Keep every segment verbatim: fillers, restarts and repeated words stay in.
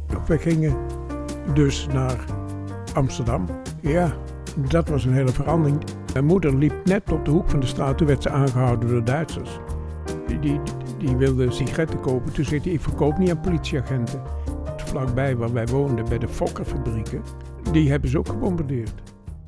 We gingen dus naar Amsterdam. Ja, dat was een hele verandering. Mijn moeder liep net op de hoek van de straat, toen werd ze aangehouden door Duitsers. Die, die, die wilden sigaretten kopen, toen zei hij, ik verkoop niet aan politieagenten. Vlakbij waar wij woonden, bij de Fokkerfabrieken, die hebben ze ook gebombardeerd.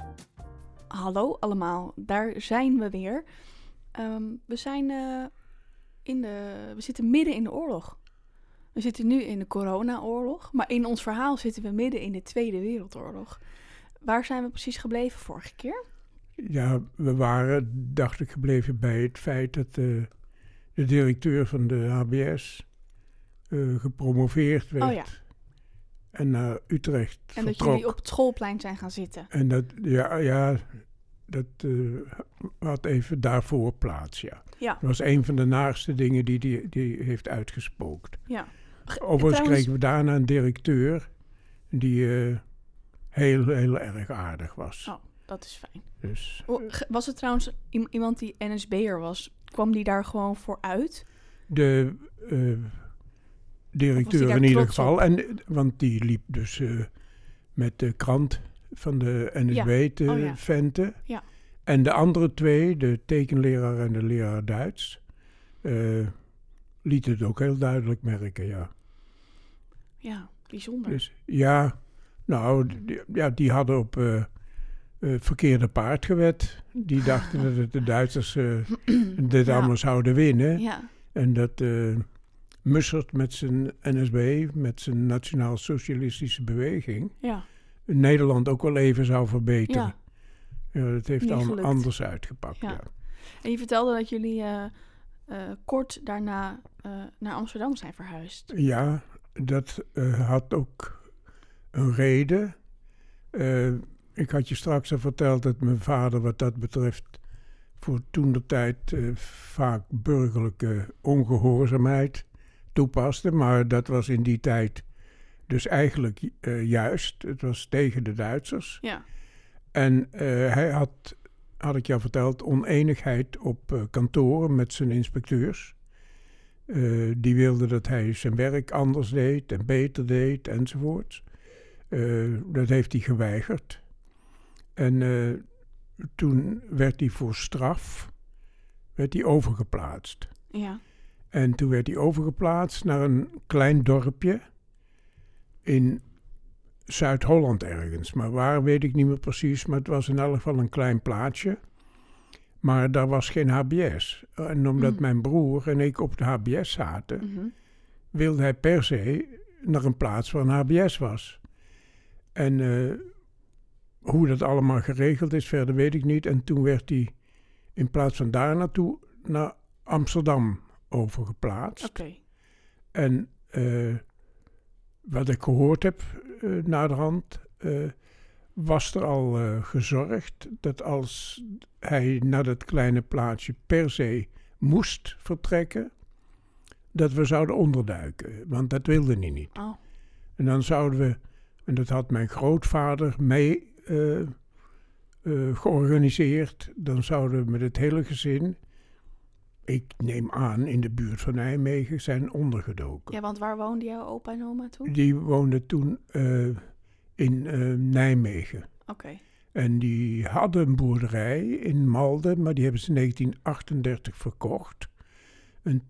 Hallo allemaal, daar zijn we weer. Um, we zijn uh, in de, we zitten midden in de oorlog. We zitten nu in de corona-oorlog, maar in ons verhaal zitten we midden in de Tweede Wereldoorlog. Waar zijn we precies gebleven vorige keer? Ja, we waren, dacht ik, gebleven bij het feit dat uh, de directeur van de H B S uh, gepromoveerd werd. Oh ja. En naar Utrecht En vertrok. dat jullie op het schoolplein zijn gaan zitten. En dat, ja, ja dat uh, had even daarvoor plaats, ja. Ja. Dat was een van de naarste dingen die die, die heeft uitgespookt. Ja. Ge- Overigens trouwens... kregen we daarna een directeur die uh, heel, heel erg aardig was. Oh, dat is fijn. Dus, uh, was het trouwens i- iemand die N S B'er was? Kwam die daar gewoon voor uit? De... Uh, directeur in ieder geval. En, want die liep dus uh, met de krant van de N S B ja. te oh, ja. venten. Ja. En de andere twee, de tekenleraar en de leraar Duits, uh, lieten het ook heel duidelijk merken, ja. Ja, bijzonder. Dus ja, nou, die, ja, die hadden op uh, uh, verkeerde paard gewet. Die dachten dat het de Duitsers uh, dit ja. allemaal zouden winnen. Ja. En dat... Uh, Mussert met zijn N S B, met zijn Nationaal-Socialistische Beweging, ja. Nederland ook wel even zou verbeteren. Ja. Ja, dat heeft allemaal anders uitgepakt. Ja. Ja. En je vertelde dat jullie uh, uh, kort daarna uh, naar Amsterdam zijn verhuisd. Ja, dat uh, had ook een reden. Uh, ik had je straks al verteld dat mijn vader wat dat betreft voor toentertijd uh, vaak burgerlijke ongehoorzaamheid toepaste, maar dat was in die tijd dus eigenlijk uh, juist. Het was tegen de Duitsers. Ja. En uh, hij had, had ik jou verteld, oneenigheid op uh, kantoren met zijn inspecteurs. Uh, die wilden dat hij zijn werk anders deed en beter deed enzovoort. Uh, dat heeft hij geweigerd. En uh, toen werd hij voor straf werd hij overgeplaatst. Ja. En toen werd hij overgeplaatst naar een klein dorpje in Zuid-Holland ergens. Maar waar weet ik niet meer precies, maar het was in elk geval een klein plaatsje. Maar daar was geen H B S. En omdat mm. mijn broer en ik op de H B S zaten, mm-hmm. wilde hij per se naar een plaats waar een H B S was. En uh, hoe dat allemaal geregeld is, verder weet ik niet. En toen werd hij in plaats van daar naartoe naar Amsterdam overgeplaatst. Okay. En uh, wat ik gehoord heb uh, naderhand, uh, was er al uh, gezorgd dat als hij naar dat kleine plaatsje per se moest vertrekken, dat we zouden onderduiken. Want dat wilde hij niet. Oh. En dan zouden we, en dat had mijn grootvader mee uh, uh, georganiseerd, dan zouden we met het hele gezin, ik neem aan, in de buurt van Nijmegen zijn ondergedoken. Ja, want waar woonde jouw opa en oma toen? Die woonden toen uh, in uh, Nijmegen. Oké. Okay. En die hadden een boerderij in Malden, maar die hebben ze in negentien achtendertig verkocht. En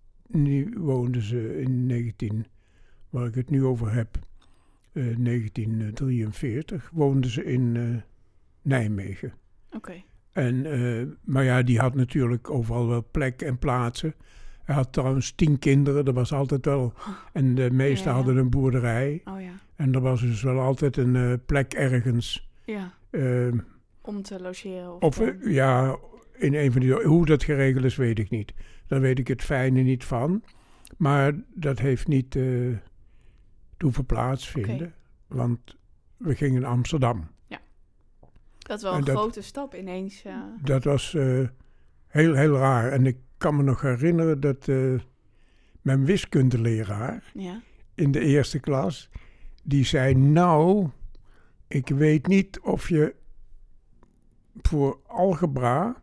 nu woonden ze in negentien, waar ik het nu over heb, uh, negentien drieënveertig, woonden ze in uh, Nijmegen. Oké. Okay. En, uh, maar ja, die had natuurlijk overal wel plek en plaatsen. Hij had trouwens tien kinderen, dat was altijd wel. En de meesten ja, ja. hadden een boerderij. Oh, ja. En er was dus wel altijd een uh, plek ergens. Ja. Uh, Om te logeren? Of, of uh, ja, in een van die. Hoe dat geregeld is, weet ik niet. Daar weet ik het fijne niet van. Maar dat heeft niet uh, hoeven plaatsvinden. Okay. Want we gingen naar Amsterdam. Dat is wel een dat, grote stap ineens. Uh... Dat was uh, heel, heel raar. En ik kan me nog herinneren dat uh, mijn wiskundeleraar ja. in de eerste klas, die zei, nou, ik weet niet of je voor algebra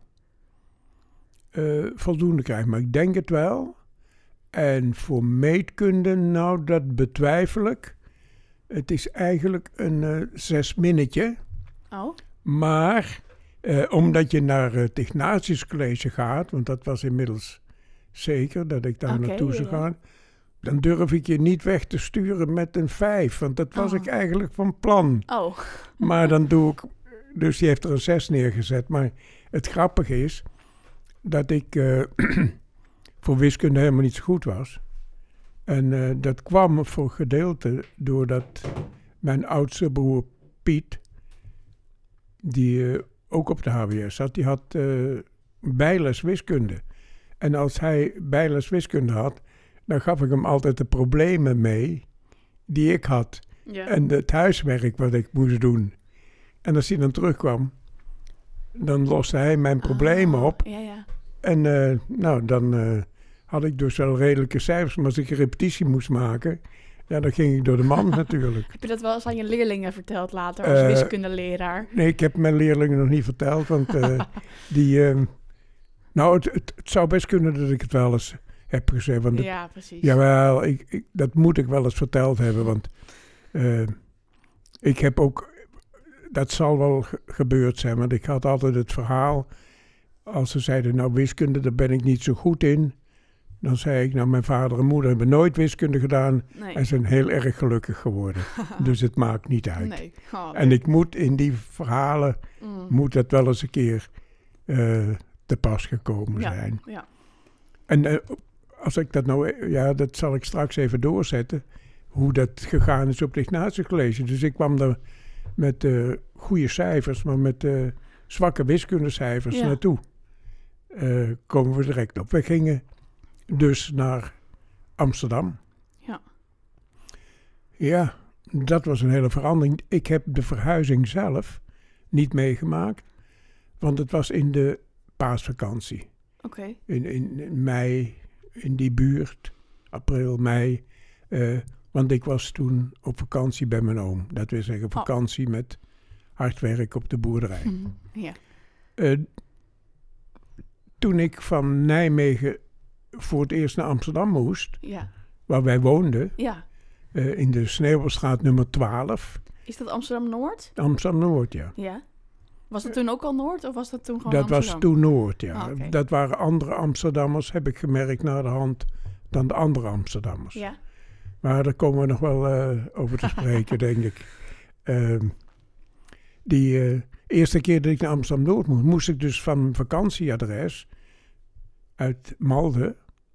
uh, voldoende krijgt, maar ik denk het wel. En voor meetkunde, nou, dat betwijfel ik. Het is eigenlijk een uh, zesminnetje. Oh. Maar uh, omdat je naar het Ignatius College gaat, want dat was inmiddels zeker dat ik daar Okay, naartoe zou ja, ja. gaan, dan durf ik je niet weg te sturen met een vijf. Want dat was Oh. ik eigenlijk van plan. Oh. Maar dan doe ik... Dus die heeft er een zes neergezet. Maar het grappige is dat ik uh, voor wiskunde helemaal niet zo goed was. En uh, dat kwam voor gedeelte doordat mijn oudste broer Piet, die uh, ook op de H B S zat, die had uh, bijles wiskunde. En als hij bijles wiskunde had, dan gaf ik hem altijd de problemen mee die ik had. Ja. En het huiswerk wat ik moest doen. En als hij dan terugkwam, dan loste hij mijn problemen Oh, op. Ja, ja. En uh, nou, dan uh, had ik dus wel redelijke cijfers. Maar als ik een repetitie moest maken, ja, dan ging ik door de man natuurlijk. Heb je dat wel eens aan je leerlingen verteld later als Uh, wiskundeleraar? Nee, ik heb mijn leerlingen nog niet verteld. Want uh, die... Uh, nou, het, het, het zou best kunnen dat ik het wel eens heb gezegd. Want het, Ja, precies. Jawel, ik, ik, dat moet ik wel eens verteld hebben. Want uh, ik heb ook... Dat zal wel ge- gebeurd zijn, want ik had altijd het verhaal... Als ze zeiden, nou wiskunde, daar ben ik niet zo goed in. Dan zei ik, nou mijn vader en moeder hebben nooit wiskunde gedaan... Nee. en zijn heel erg gelukkig geworden. Dus het maakt niet uit. Nee. Oh, En ik moet in die verhalen, mm. moet dat wel eens een keer uh, te pas gekomen ja. zijn. Ja. En uh, als ik dat nou, ja, dat zal ik straks even doorzetten... hoe dat gegaan is op het Ignatius College. Dus ik kwam er met uh, goede cijfers, maar met uh, zwakke wiskundecijfers Ja. naartoe. Uh, komen we direct op. We gingen dus naar Amsterdam. Ja. Ja, dat was een hele verandering. Ik heb de verhuizing zelf niet meegemaakt, want het was in de paasvakantie. Oké. Okay. In, in, in mei, in die buurt, april, mei. Uh, want ik was toen op vakantie bij mijn oom. Dat wil zeggen vakantie oh. met hard werk op de boerderij. Mm, ja. Uh, toen ik van Nijmegen voor het eerst naar Amsterdam moest, ja. waar wij woonden, ja. uh, in de Sneeuwelstraat nummer twaalf. Is dat Amsterdam-Noord? Amsterdam-Noord, ja. Ja. Was dat toen ook al Noord of was dat toen gewoon dat Amsterdam? Dat was toen Noord, ja. Oh, okay. Dat waren andere Amsterdammers, heb ik gemerkt na de hand, dan de andere Amsterdammers. Ja. Maar daar komen we nog wel uh, over te spreken, denk ik. Uh, die uh, eerste keer dat ik naar Amsterdam-Noord moest, moest ik dus van mijn vakantieadres uit Malden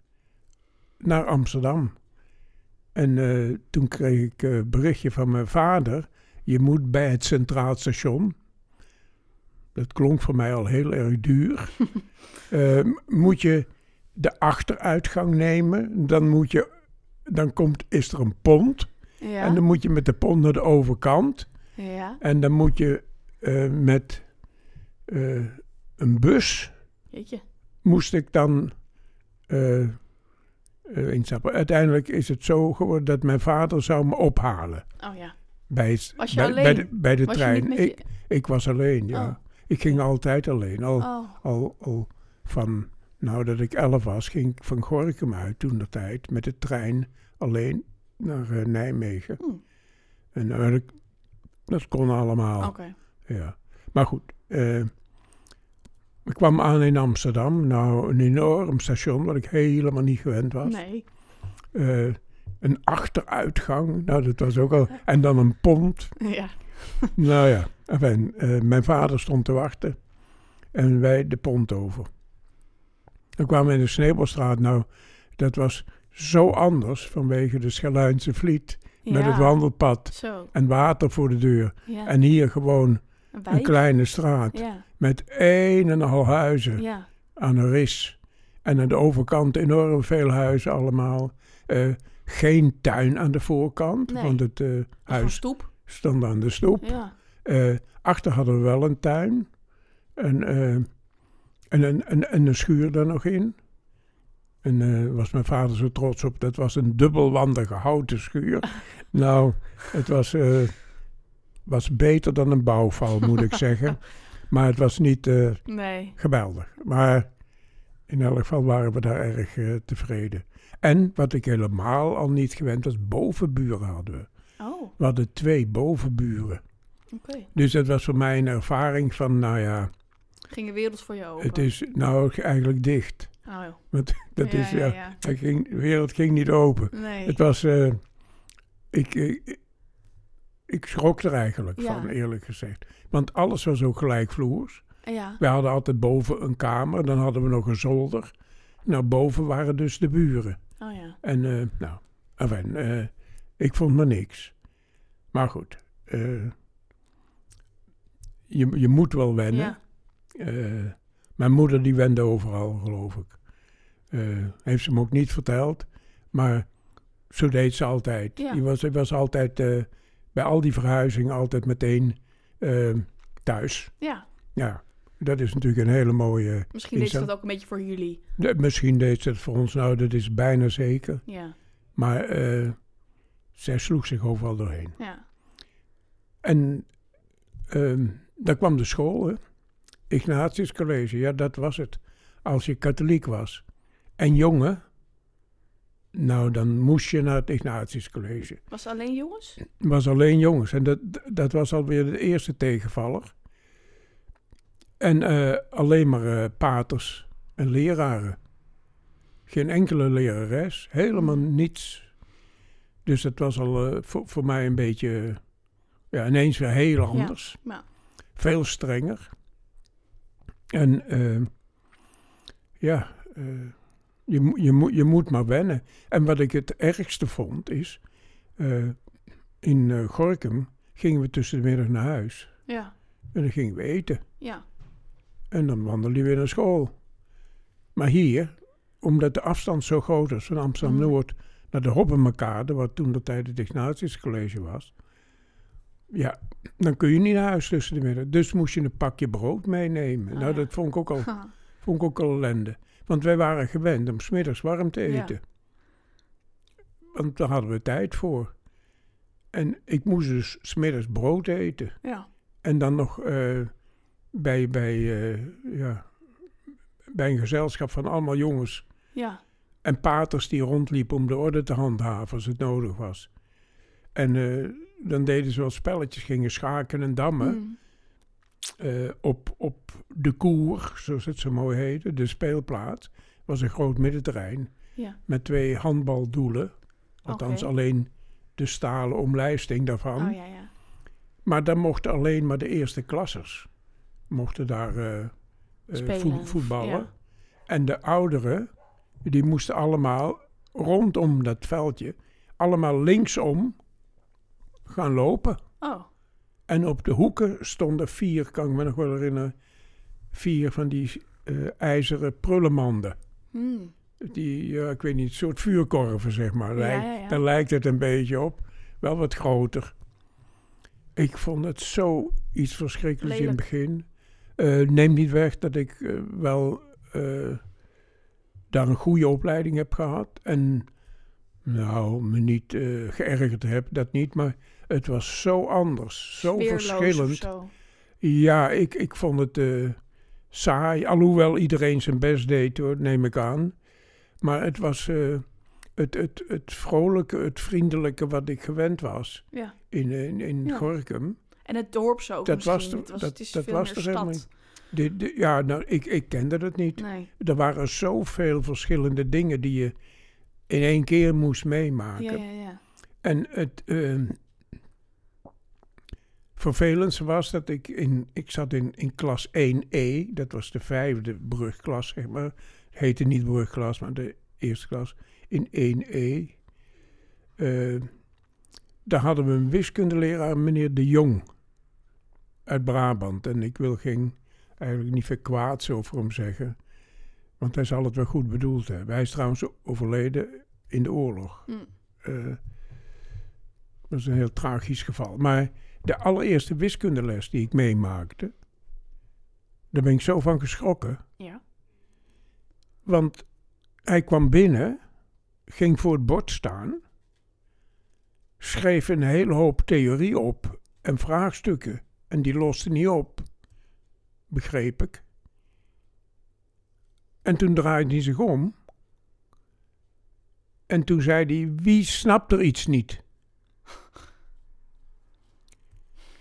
naar Amsterdam. En uh, toen kreeg ik een uh, berichtje van mijn vader. Je moet bij het Centraal Station. Dat klonk voor mij al heel erg duur. uh, moet je de achteruitgang nemen. Dan, moet je, dan komt, is er een pont. Ja. En dan moet je met de pont naar de overkant. Ja. En dan moet je uh, met uh, een bus... Jeetje. Moest ik dan uh, uh, instappen. Uiteindelijk is het zo geworden dat mijn vader zou me ophalen. Oh ja. Bij, was je bij, alleen? Bij de, bij de was trein. Je ik, je... ik was alleen, ja. Oh. Ik ging altijd alleen. Al, oh. al, al van, nou dat ik elf was, ging ik van Gorinchem uit toen de tijd met de trein alleen naar uh, Nijmegen. Hmm. En uh, dat, dat kon allemaal. Oké. Okay. Ja. Maar goed, uh, ik kwam aan in Amsterdam. Nou, een enorm station wat ik helemaal niet gewend was. Nee. Uh, een achteruitgang, nou dat was ook al. En dan een pont. Ja. Nou ja, enfin, uh, mijn vader stond te wachten. En wij de pont over. Dan kwamen we in de Sneeuwbalstraat. Nou, dat was zo anders vanwege de Scherluinse Vliet. Ja. Met het wandelpad. Zo. En water voor de deur. Ja. En hier gewoon een, een kleine straat. Ja. Met een en een half huizen ja. aan een ris. En aan de overkant enorm veel huizen allemaal. Uh, geen tuin aan de voorkant. Nee. Want het uh, huis stoep. stond aan de stoep. Ja. Uh, achter hadden we wel een tuin. En, uh, en, en, en, en een schuur daar nog in. En daar uh, was mijn vader zo trots op. Dat was een dubbelwandige houten schuur. Nou, het was, uh, was beter dan een bouwval, moet ik zeggen. Maar het was niet uh, nee. geweldig. Maar in elk geval waren we daar erg uh, tevreden. En wat ik helemaal al niet gewend was, bovenburen hadden we. Oh. Oh, We hadden twee bovenburen. oké. Dus dat was voor mij een ervaring van, nou ja, Ging de wereld voor je open? het is nou eigenlijk dicht. Oh, joh. Want dat ja, is, ja, ja, ja. het ging, de wereld ging niet open. Nee. Het was, eh, ik, ik, ik schrok er eigenlijk Ja. van, eerlijk gezegd. Want alles was ook gelijkvloers. Ja. We hadden altijd boven een kamer, dan hadden we nog een zolder. Nou, boven waren dus de buren. Oh ja. En, eh, nou, enfin, eh, ik vond maar niks. Maar goed, eh, je, je moet wel wennen. Ja. Eh, mijn moeder die wende overal, geloof ik. Eh, heeft ze me ook niet verteld, maar zo deed ze altijd. Ja. Die was, die was altijd eh, bij al die verhuizingen altijd meteen eh, thuis. Ja. Ja, dat is natuurlijk een hele mooie... Misschien deed ze Insta- dat ook een beetje voor jullie. de- misschien deed ze het voor ons, nou dat is bijna zeker. Ja. Maar eh, zij sloeg zich overal doorheen. Ja. En ehm daar kwam de school, hè. Ignatius College, ja dat was het. Als je katholiek was en jongen, nou dan moest je naar het Ignatius College. Was het alleen jongens? Het was alleen jongens en dat, dat was alweer de eerste tegenvaller. En eh, alleen maar eh, paters en leraren. Geen enkele lerares, helemaal niets. Dus dat was al eh, voor, voor mij een beetje, ja, ineens weer heel anders. Ja. Veel strenger. En eh, ja, eh, je, mo- je, mo- je moet maar wennen. En wat ik het ergste vond is, eh, in eh, Gorinchem gingen we tussen de middag naar huis. Ja. En dan gingen we eten. Ja. En dan wandelden we weer naar school. Maar hier, omdat de afstand zo groot was van Amsterdam-Noord naar de Hoppenmakade, wat toen de tijd het Ignatius College was, ja, dan kun je niet naar huis tussen de middag. Dus moest je een pakje brood meenemen. Ah, nou, ja. dat vond ik ook al, Ha. vond ik ook al ellende. Want wij waren gewend om 's middags warm te Ja. eten. Want daar hadden we tijd voor. En ik moest dus 's middags brood eten. Ja. En dan nog eh, bij, bij, eh, ja, bij een gezelschap van allemaal jongens Ja. en paters die rondliepen om de orde te handhaven als het nodig was. En eh, dan deden ze wel spelletjes, gingen schaken en dammen Mm. eh, op, op de koer, zoals het zo mooi heette, de speelplaats. Was een groot middenterrein Ja. met twee handbaldoelen. Althans Oké. alleen de stalen omlijsting daarvan. Oh ja, ja. Maar dan mochten alleen maar de eerste klassers mochten daar eh, eh, Spelen. voet- voetballen. Ja. En de ouderen, die moesten allemaal rondom dat veldje, allemaal linksom gaan lopen. Oh. En op de hoeken stonden vier, kan ik me nog wel herinneren, vier van die eh, ijzeren prullenmanden. Mm. Die, ja, ik weet niet, een soort vuurkorven, zeg maar. Ja, Lijkt- ja, ja. Daar lijkt het een beetje op. Wel wat groter. Ik vond het zo iets verschrikkelijks in het begin. Uh, neem niet weg dat ik uh, wel uh, daar een goede opleiding heb gehad. En nou, me niet uh, geërgerd heb, dat niet. Maar het was zo anders, zo Sfeerloos verschillend. of zo. Ja, ik, ik vond het uh, saai. Alhoewel iedereen zijn best deed, hoor, neem ik aan. Maar het was uh, het, het, het vrolijke, het vriendelijke wat ik gewend was Ja. in, in, in Ja. Gorinchem. En het dorp zo Dat misschien. was er- het, was, dat- het is dat veel was meer er helemaal stad. De, de, ja, nou, ik, ik kende het niet. Nee. Er waren zoveel verschillende dingen die je in één keer moest meemaken. Ja, ja, ja. En het uh, vervelendste was dat ik in... Ik zat in, in klas één E. Dat was de vijfde brugklas, zeg maar. Het heette niet brugklas, maar de eerste klas. In één E. Uh, daar hadden we een wiskundeleraar, meneer De Jong. Uit Brabant. En ik wil geen... Eigenlijk niet veel kwaads over hem zeggen. Want hij zal het wel goed bedoeld hebben. Hij is trouwens overleden in de oorlog. Mm. Uh, dat is een heel tragisch geval. Maar de allereerste wiskundeles die ik meemaakte, daar ben ik zo van geschrokken. Ja. Want hij kwam binnen, ging voor het bord staan, schreef een hele hoop theorie op en vraagstukken. En die loste niet op, begreep ik. En toen draaide hij zich om. En toen zei hij, wie snapt er iets niet?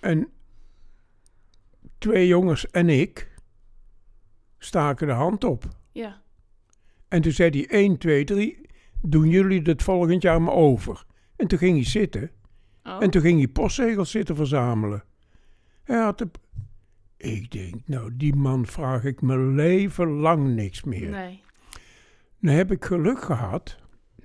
En twee jongens en ik staken de hand op. Ja. En toen zei hij, één, twee, drie, doen jullie dit volgend jaar maar over. En toen ging hij zitten. Oh. En toen ging hij postzegels zitten verzamelen. Hij had de... Ik denk, nou, die man vraag ik mijn leven lang niks meer. Nee. Nu heb ik geluk gehad.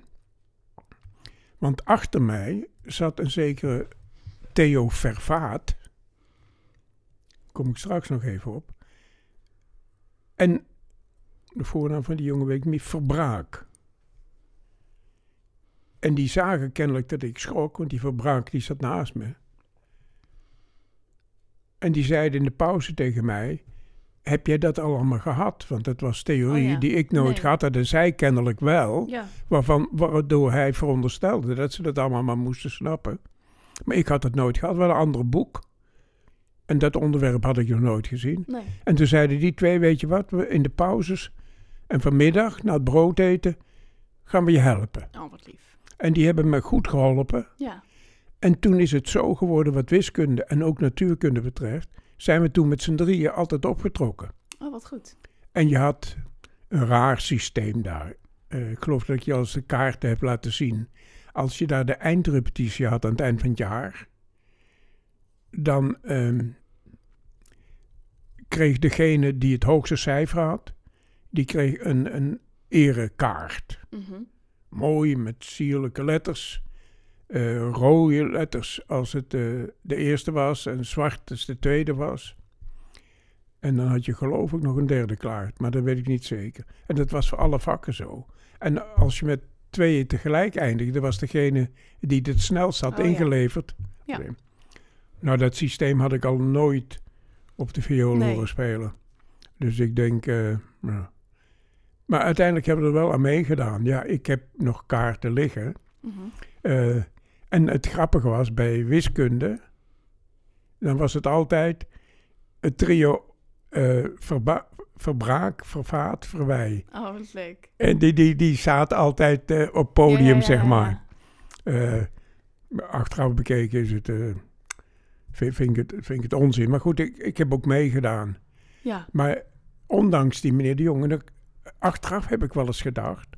Want achter mij zat een zekere Theo Vervaat. Kom ik straks nog even op. En de voornaam van die jongen weet ik niet, Verbraak. En die zagen kennelijk dat ik schrok, want die Verbraak die zat naast me. En die zeiden in de pauze tegen mij, heb jij dat allemaal gehad? Want dat was theorie Oh ja. die ik nooit Nee. gehad had en zij kennelijk wel. Ja. Waarvan, waardoor hij veronderstelde dat ze dat allemaal maar moesten snappen. Maar ik had het nooit gehad, wel een ander boek. En dat onderwerp had ik nog nooit gezien. Nee. En toen zeiden die twee, weet je wat, we in de pauzes en vanmiddag, na het brood eten, gaan we je helpen. Oh, wat lief. En die hebben me goed geholpen. Ja. En toen is het zo geworden wat wiskunde en ook natuurkunde betreft, zijn we toen met z'n drieën altijd opgetrokken. Oh, wat goed. En je had een raar systeem daar. Uh, ik geloof dat ik je al eens de kaarten heb laten zien. Als je daar de eindrepetitie had aan het eind van het jaar, dan um, kreeg degene die het hoogste cijfer had, die kreeg een, een erekaart. Mm-hmm. Mooi met sierlijke letters. Uh, rode letters als het uh, de eerste was en zwart als de tweede was. En dan had je geloof ik nog een derde kaart, maar dat weet ik niet zeker. En dat was voor alle vakken zo. En als je met tweeën tegelijk eindigde, was degene die het snelst had oh, ingeleverd. Ja. Ja. Nou, dat systeem had ik al nooit op de viool Nee. horen spelen. Dus ik denk, uh, nou. Maar uiteindelijk hebben we er wel aan meegedaan. Ja, ik heb nog kaarten liggen. Mm-hmm. Uh, en het grappige was, bij wiskunde, dan was het altijd het trio uh, verba- Verbraak, Vervaat, Verwij. Oh, wat leuk. En die, die, die zaten altijd uh, op podium, ja, ja, ja, zeg ja. maar. Uh, achteraf bekeken is het, uh, vind, vind, ik het, vind ik het onzin. Maar goed, ik, ik heb ook meegedaan. Ja. Maar ondanks die meneer de Jonge, achteraf heb ik wel eens gedacht,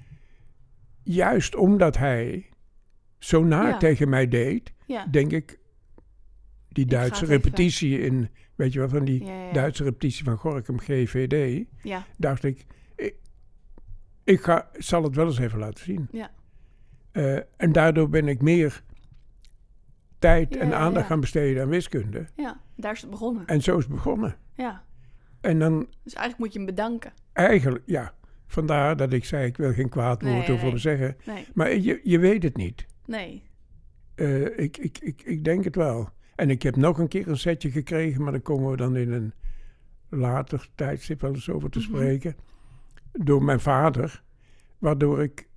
juist omdat hij zo naar Ja. tegen mij deed, Ja. denk ik, die Ik ga Duitse het even- repetitie in, weet je wel, van die Ja, ja. Duitse repetitie van Gorinchem G V D, Ja. dacht ik, ik, ik ga, zal het wel eens even laten zien. Ja. Uh, en daardoor ben ik meer tijd Ja, en ja, aandacht ja. gaan besteden aan wiskunde. Ja. Daar is het begonnen. En zo is het begonnen. Ja. En dan Dus eigenlijk moet je hem bedanken. eigenlijk, ja, vandaar dat ik zei, ik wil geen kwaad woord Nee, over nee. zeggen. Nee. Maar je, je weet het niet. Nee. Uh, ik, ik, ik, ik denk het wel. En ik heb nog een keer een setje gekregen, maar daar komen we dan in een later tijdstip wel eens over te Mhm. spreken. Door mijn vader, waardoor ik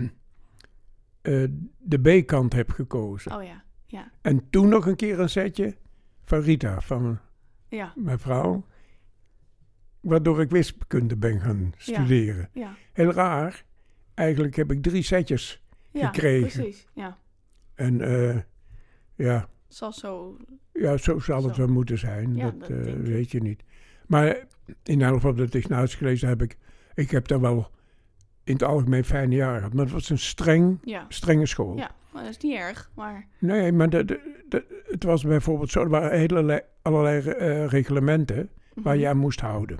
uh, de B-kant heb gekozen. Oh ja. Ja. En toen nog een keer een setje van Rita, van Ja. mijn vrouw, waardoor ik wiskunde ben gaan studeren. Ja. Heel raar. Eigenlijk heb ik drie setjes Ja. gekregen. Precies. Ja. En uh, ja, Het zal zo... ja, zo zal het Zo. wel moeten zijn. Ja, dat dat uh, denk ik. weet je niet. Maar in elk geval dat ik nou uitgelezen heb ik, ik heb daar wel in het algemeen fijne jaren gehad. Maar het was een streng, Ja. strenge school. Ja. Maar dat is niet erg. Maar... Nee, maar de, de, de, het was bijvoorbeeld zo, er waren hele, allerlei uh, reglementen waar je aan moest houden.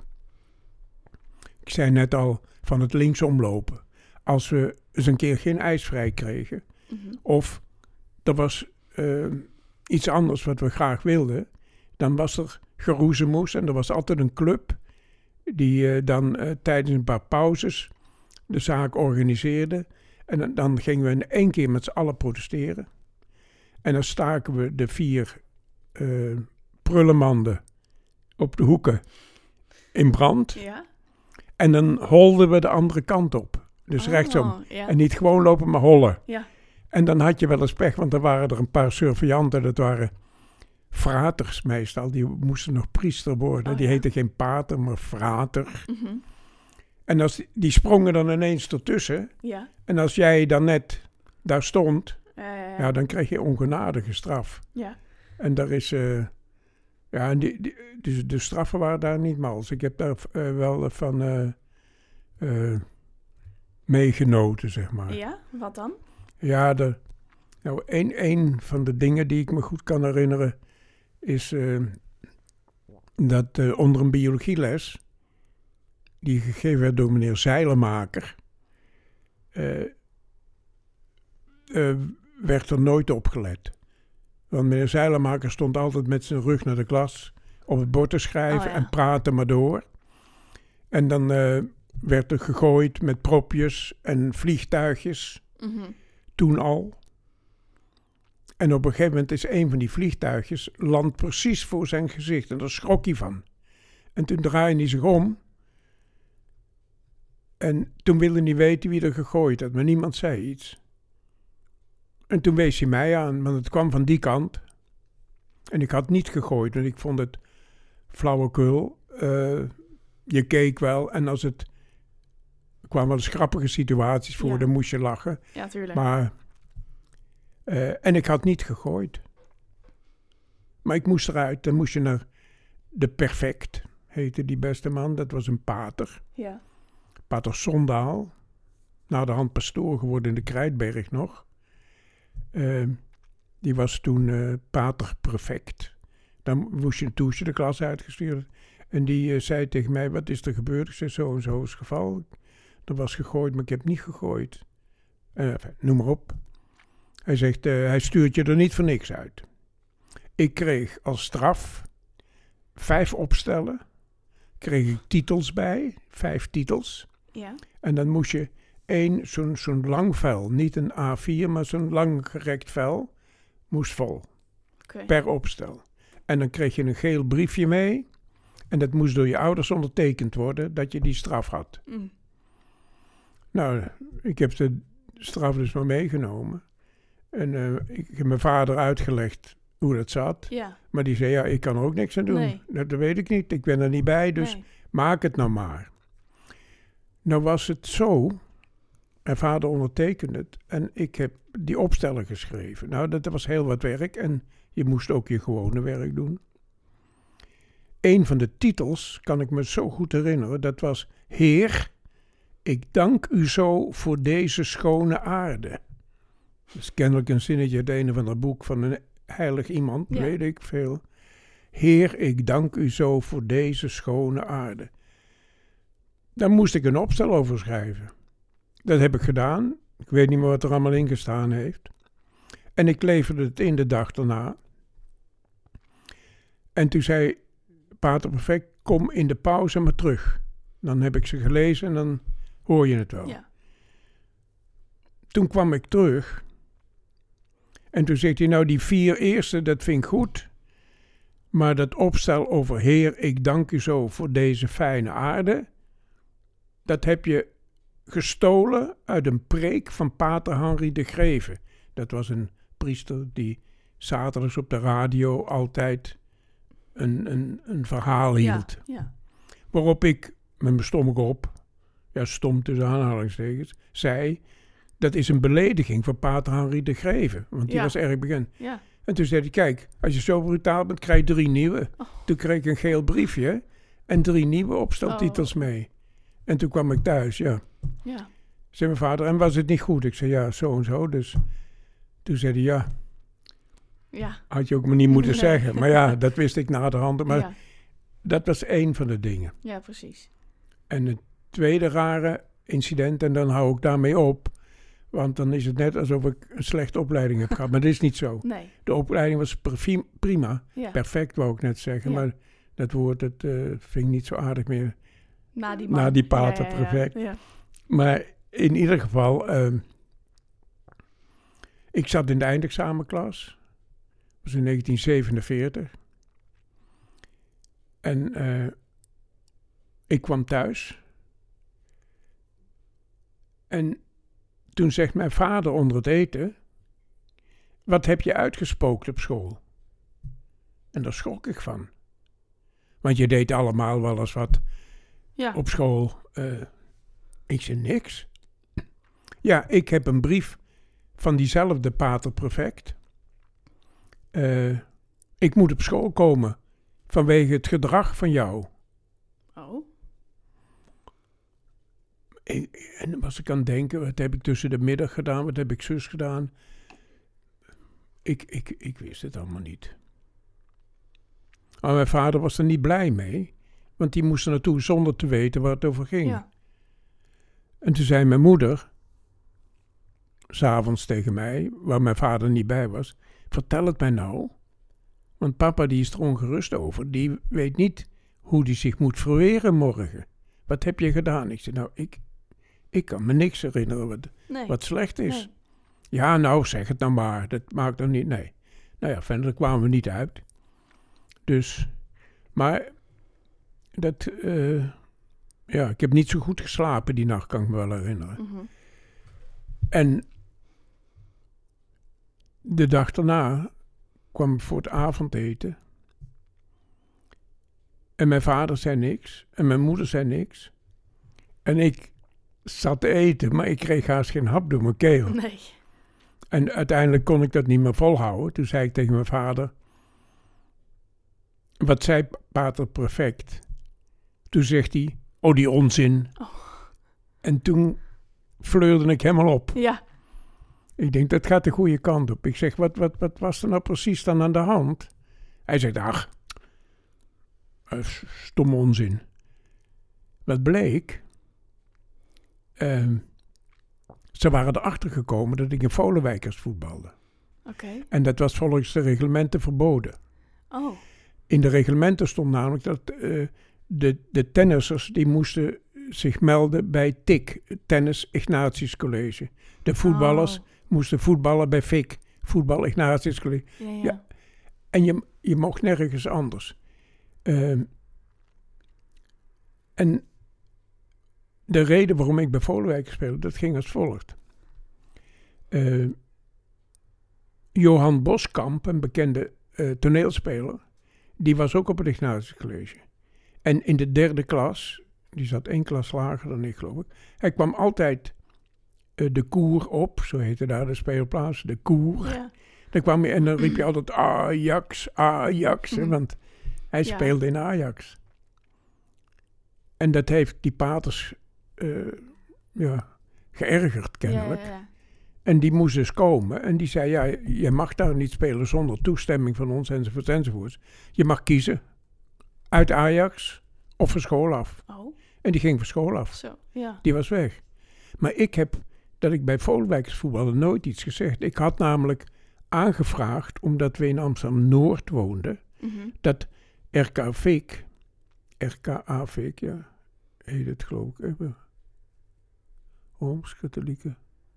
Ik zei net al van het linksomlopen. Als we eens een keer geen ijsvrij kregen, Mm-hmm. of er was uh, iets anders wat we graag wilden, dan was er geroezemoes en er was altijd een club die uh, dan uh, tijdens een paar pauzes de zaak organiseerde. En dan, dan gingen we in één keer met z'n allen protesteren. En dan staken we de vier uh, prullenmanden op de hoeken in brand. Ja. En dan holden we de andere kant op. Dus Oh, rechtsom. Ja. En niet gewoon lopen, maar hollen. Ja. En dan had je wel eens pech, want er waren er een paar surveillanten. Dat waren fraters meestal. Die moesten nog priester worden. Oh, die ja. heten geen pater, maar frater. Mm-hmm. En als die, die sprongen dan ineens ertussen. Ja. En als jij dan net daar stond, Uh, ja, dan kreeg je ongenadige straf. ja. En daar is... Uh, ja, en die, die, dus de straffen waren daar niet mals. Ik heb daar uh, wel van uh, uh, meegenoten, zeg maar. Ja, wat dan? Ja, de, nou, een, een van de dingen die ik me goed kan herinneren... is uh, dat uh, onder een biologieles... die gegeven werd door meneer Zeilenmaker... Uh, uh, werd er nooit op gelet. Want meneer Zeilenmaker stond altijd met zijn rug naar de klas... op het bord te schrijven oh, ja. en praatte maar door. En dan uh, werd er gegooid met propjes en vliegtuigjes. Mm-hmm. Toen al. En op een gegeven moment is een van die vliegtuigjes... landt precies voor zijn gezicht. En daar schrok hij van. En toen draaide hij zich om... En toen wilde hij weten wie er gegooid had, maar niemand zei iets. En toen wees hij mij aan, want het kwam van die kant. En ik had niet gegooid, want ik vond het flauwekul. Uh, je keek wel en als het... Er kwamen wel eens grappige situaties voor, ja. Dan moest je lachen. Ja, tuurlijk. Maar... Uh, en ik had niet gegooid. Maar ik moest eruit, dan moest je naar de Perfect, heette die beste man. Dat was een pater. Ja. Pater Sondaal, na de hand pastoor geworden in de Krijtberg nog. Uh, die was toen uh, pater prefect. Dan moest je een toesje de klas uitgestuurd. En die uh, zei tegen mij, wat is er gebeurd? Ik zei, zo en zo is het geval. Er was gegooid, maar ik heb niet gegooid. Uh, enfin, noem maar op. Hij zegt, uh, hij stuurt je er niet voor niks uit. Ik kreeg als straf vijf opstellen. Kreeg ik titels bij, vijf titels. Ja. En dan moest je één, zo'n, zo'n lang vel, niet een A vier, maar zo'n lang gerekt vel, moest vol. Okay. Per opstel. En dan kreeg je een geel briefje mee. En dat moest door je ouders ondertekend worden, dat je die straf had. Mm. Nou, ik heb de straf dus maar meegenomen. En uh, ik heb mijn vader uitgelegd hoe dat zat. Ja. Maar die zei, ja, ik kan er ook niks aan doen. Nee. Nou, dat weet ik niet. Ik ben er niet bij, dus nee. Maak het nou maar. Nou was het zo, mijn vader ondertekende het en ik heb die opstellen geschreven. Nou, dat was heel wat werk en je moest ook je gewone werk doen. Een van de titels, kan ik me zo goed herinneren, dat was... Heer, ik dank u zo voor deze schone aarde. Dat is kennelijk een zinnetje uit een of ander boek van een heilig iemand, ja. Weet ik veel. Heer, ik dank u zo voor deze schone aarde. Daar moest ik een opstel over schrijven. Dat heb ik gedaan. Ik weet niet meer wat er allemaal in gestaan heeft. En ik leverde het in de dag daarna. En toen zei pater prefect, kom in de pauze maar terug. Dan heb ik ze gelezen en dan hoor je het wel. Ja. Toen kwam ik terug. En toen zegt hij, nou die vier eerste, dat vind ik goed. Maar dat opstel over Heer, ik dank u zo voor deze fijne aarde. Dat heb je gestolen uit een preek van pater Henri de Greve. Dat was een priester die zaterdags op de radio altijd een, een, een verhaal hield. Ja, ja. Waarop ik met mijn stomme kop, ja stom tussen aanhalingstekens, zei... Dat is een belediging voor pater Henri de Greve. Want die ja. was erg bekend. Ja. En toen zei hij, kijk, als je zo brutaal bent, krijg je drie nieuwe. Oh. Toen kreeg ik een geel briefje en drie nieuwe opsteltitels oh. mee. En toen kwam ik thuis, ja. Ja. Zei mijn vader, en was het niet goed? Ik zei, ja, zo en zo. Dus toen zei hij, ja. Ja. Had je ook maar niet moeten nee. zeggen. Maar ja, dat wist ik naderhand. Maar ja. dat was één van de dingen. Ja, precies. En het tweede rare incident, en dan hou ik daarmee op... Want dan is het net alsof ik een slechte opleiding heb gehad. Maar dat is niet zo. Nee. De opleiding was prima. Ja. Perfect, wou ik net zeggen. Ja. Maar dat woord, dat uh, vind ik niet zo aardig meer. Na die, man. Na die pater, ja, ja, ja. Perfect. Ja. Maar in ieder geval... Uh, ik zat in de eindexamenklas. Dat was in negentien zevenenveertig. En uh, ik kwam thuis. En... Toen zegt mijn vader onder het eten, wat heb je uitgespookt op school? En daar schrok ik van. Want je deed allemaal wel eens wat ja. op school. Uh, ik zei niks. Ja, ik heb een brief van diezelfde pater prefect. Uh, ik moet op school komen vanwege het gedrag van jou. Oh. Ik, en dan was ik aan het denken, wat heb ik tussen de middag gedaan, wat heb ik zus gedaan? Ik, ik, ik wist het allemaal niet. Maar mijn vader was er niet blij mee, want die moest er naartoe zonder te weten waar het over ging. Ja. En toen zei mijn moeder, 's avonds tegen mij, waar mijn vader niet bij was, vertel het mij nou. Want papa die is er ongerust over, die weet niet hoe die zich moet verweren morgen. Wat heb je gedaan? Ik zei, nou, ik, ik kan me niks herinneren wat, Nee. wat slecht is. Nee. Ja, nou, zeg het nou maar, dat maakt nog niet, nee. Nou ja, verder kwamen we niet uit. Dus, maar, dat, uh, ja, ik heb niet zo goed geslapen die nacht, kan ik me wel herinneren. Mm-hmm. En de dag daarna kwam ik voor het avondeten. En mijn vader zei niks. En mijn moeder zei niks. En ik zat te eten, maar ik kreeg haast geen hap door mijn keel. Nee. En uiteindelijk kon ik dat niet meer volhouden. Toen zei ik tegen mijn vader, wat zei pater prefect? Toen zegt hij, oh die onzin. Oh. En toen fleurde ik helemaal op. Ja. Ik denk, dat gaat de goede kant op. Ik zeg, wat, wat, wat was er nou precies dan aan de hand? Hij zegt, ach, stomme onzin. Wat bleek? Uh, ze waren erachter gekomen dat ik in Volenwijkers voetbalde. Oké. Okay. En dat was volgens de reglementen verboden. Oh. In de reglementen stond namelijk dat uh, de, de tennissers die moesten zich melden bij T I C, Tennis Ignatius College. De voetballers oh. moesten voetballen bij F I C, Voetbal Ignatius College. Ja, ja. Ja. En je, je mocht nergens anders. Uh, en de reden waarom ik bij Volenwijk speelde, dat ging als volgt. Uh, Johan Boskamp, een bekende uh, toneelspeler, die was ook op het Ignatius College. En in de derde klas, die zat één klas lager dan ik geloof ik, hij kwam altijd uh, de koer op, zo heette daar de speelplaats, de koer. Ja. Dan kwam je, en dan riep je altijd Ajax, Ajax, mm. want hij ja. speelde in Ajax. En dat heeft die paters uh, ja, geërgerd kennelijk. Ja, ja, ja. En die moest dus komen en die zei, ja, je mag daar niet spelen zonder toestemming van ons enzovoort enzovoort. Je mag kiezen uit Ajax of van school af. Oh. En die ging van school af. Zo, ja. Die was weg. Maar ik heb, dat ik bij Volenwijkers voetbalde, nooit iets gezegd. Ik had namelijk aangevraagd, omdat we in Amsterdam-Noord woonden, mm-hmm. dat R K V I C, R K A V I C, ja, heet het geloof ik, Rooms-Katholieke.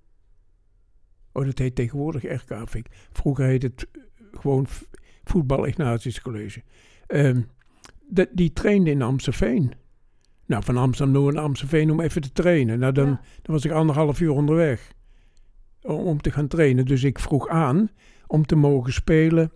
Oh, dat heet tegenwoordig R K A V I C. Vroeger heette het gewoon Voetbal Ignatius College. Um, de, die trainde in Amstelveen. Nou, van Amsterdam-Noord naar Amstelveen om even te trainen. Nou, dan, ja. dan was ik anderhalf uur onderweg om, om te gaan trainen. Dus ik vroeg aan om te mogen spelen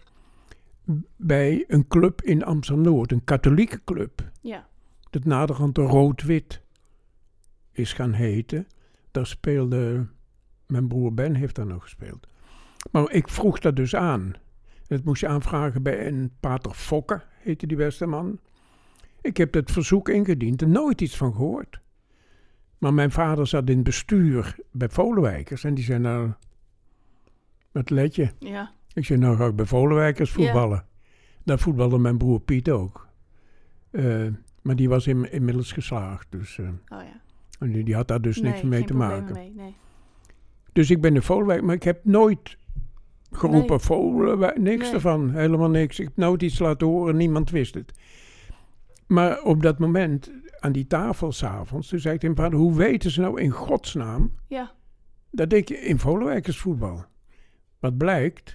bij een club in Amsterdam-Noord. Een katholieke club. Ja. Dat naderhand de Rood-Wit is gaan heten. Daar speelde... Mijn broer Ben heeft daar nog gespeeld. Maar ik vroeg dat dus aan. Dat moest je aanvragen bij een pater Fokke, heette die beste man. Ik heb dat verzoek ingediend en nooit iets van gehoord. Maar mijn vader zat in het bestuur bij Volenwijkers en die zei nou, wat let je? Ja. Ik zei, nou ga ik bij Volenwijkers voetballen. Ja. Daar voetbalde mijn broer Piet ook. Uh, maar die was in, inmiddels geslaagd. Dus, uh, oh ja. En die, die had daar dus nee, niks mee te maken. Mee, nee. Dus ik ben in Volenwijk, maar ik heb nooit geroepen nee. Volenwijk, niks nee. ervan, helemaal niks. Ik heb nooit iets laten horen, niemand wist het. Maar op dat moment, aan die tafel 's avonds, toen zei ik tegen mijn vader, hoe weten ze nou in godsnaam ja. dat ik in Volenwijkers voetbal? Wat blijkt,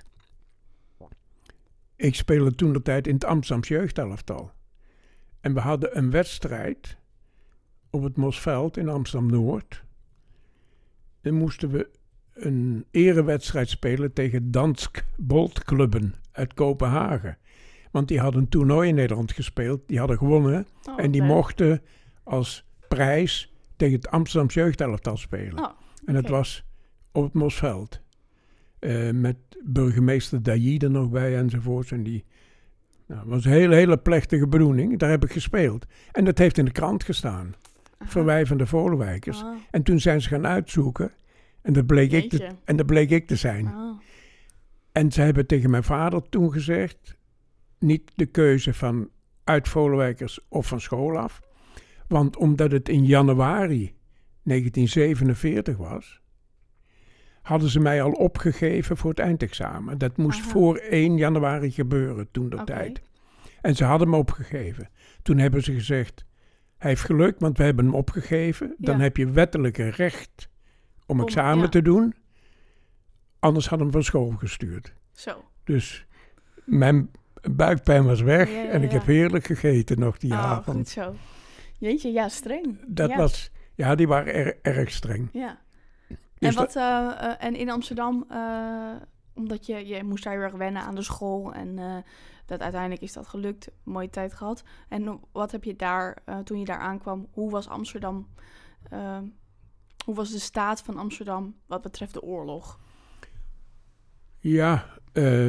ik speelde toen de tijd in het Amsterdamse jeugdelftal. En we hadden een wedstrijd op het Mosveld in Amsterdam-Noord. Dan moesten we een erewedstrijd spelen tegen Dansk Boldklubben uit Kopenhagen. Want die hadden een toernooi in Nederland gespeeld. Die hadden gewonnen. Oh, en die okay. mochten als prijs tegen het Amsterdamse jeugdelftal spelen. Oh, okay. En dat was op het Mosveld. Uh, met burgemeester Dailly er nog bij enzovoorts. En die Nou, dat was een hele, hele plechtige bedoeling. Daar heb ik gespeeld. En dat heeft in de krant gestaan. Aha. Verwijf van de Volenwijkers. Oh. En toen zijn ze gaan uitzoeken. En dat bleek, ik te, Jeetje. en dat bleek ik te zijn. Oh. En ze hebben tegen mijn vader toen gezegd... niet de keuze van uit Volenwijkers of van school af. Want omdat het in januari negentien zevenenveertig was... hadden ze mij al opgegeven voor het eindexamen. Dat moest Aha. voor één januari gebeuren, toen dat Oké. tijd. En ze hadden me opgegeven. Toen hebben ze gezegd... hij heeft geluk, want we hebben hem opgegeven. Dan Ja. heb je wettelijke recht om Om- examen ja. te doen. Anders hadden we hem van school gestuurd. Zo. Dus mijn buikpijn was weg. Ja, ja, en ik ja. heb heerlijk gegeten nog die Oh, avond. goed zo. Jeetje, ja, streng. Dat ja. was... Ja, die waren er- erg streng. Ja. Dus en, wat, eh, eh, en in Amsterdam, eh, omdat je, je moest daar heel erg wennen aan de school en eh, dat uiteindelijk is dat gelukt, mooie tijd gehad. En wat heb je daar, eh, toen je daar aankwam, hoe was Amsterdam, eh, hoe was de staat van Amsterdam wat betreft de oorlog? Ja, eh,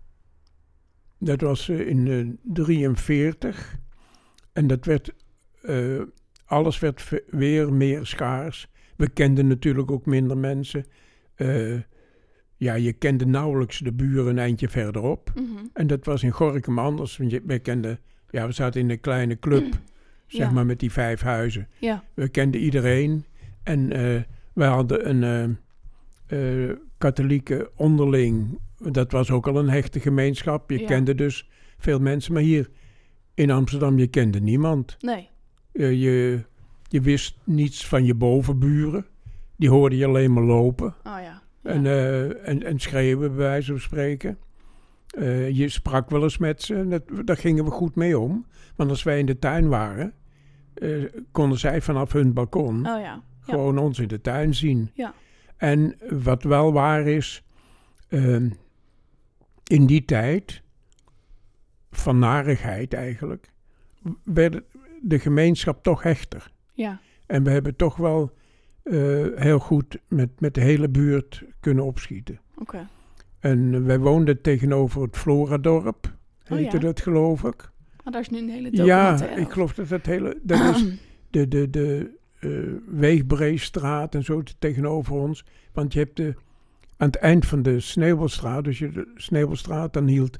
dat was eh, in eh, drieënveertig. En dat werd, eh, alles werd ve- weer meer schaars. We kenden natuurlijk ook minder mensen. Eh, ja, je kende nauwelijks de buren een eindje verderop. Mhm. En dat was in Gorinchem anders. Want je, wij kenden, ja, we zaten in een kleine club, zeg Ja. maar met die vijf huizen. Ja, We kenden iedereen. En eh wij hadden een eh, eh, katholieke onderling. Dat was ook al een hechte gemeenschap. Je Ja. kende dus veel mensen. Maar hier in Amsterdam, je kende niemand. nee. Eh, je, je wist niets van je bovenburen. Die hoorde je alleen maar lopen. Oh ja. ja. En, eh, en, en schreeuwen, bij wijze van spreken. Eh, je sprak wel eens met ze. En dat, daar gingen we goed mee om. Want als wij in de tuin waren... eh, konden zij vanaf hun balkon... Oh ja. Ja. gewoon ons in de tuin zien. Ja. En wat wel waar is, ehm, in die tijd, van narigheid eigenlijk, werd de gemeenschap toch hechter. Ja. En we hebben toch wel eh, heel goed met, met de hele buurt kunnen opschieten. Oké. En eh, wij woonden tegenover het Floradorp, Oh heette ja. dat geloof ik. Maar daar is nu een hele Ja, documentaire ik geloof dat dat hele... Dat is de, de, de uh, Weegbreestraat en zo te- tegenover ons. Want je hebt de, aan het eind van de Sneeuwbalstraat, dus je de Sneeuwbalstraat, dan hield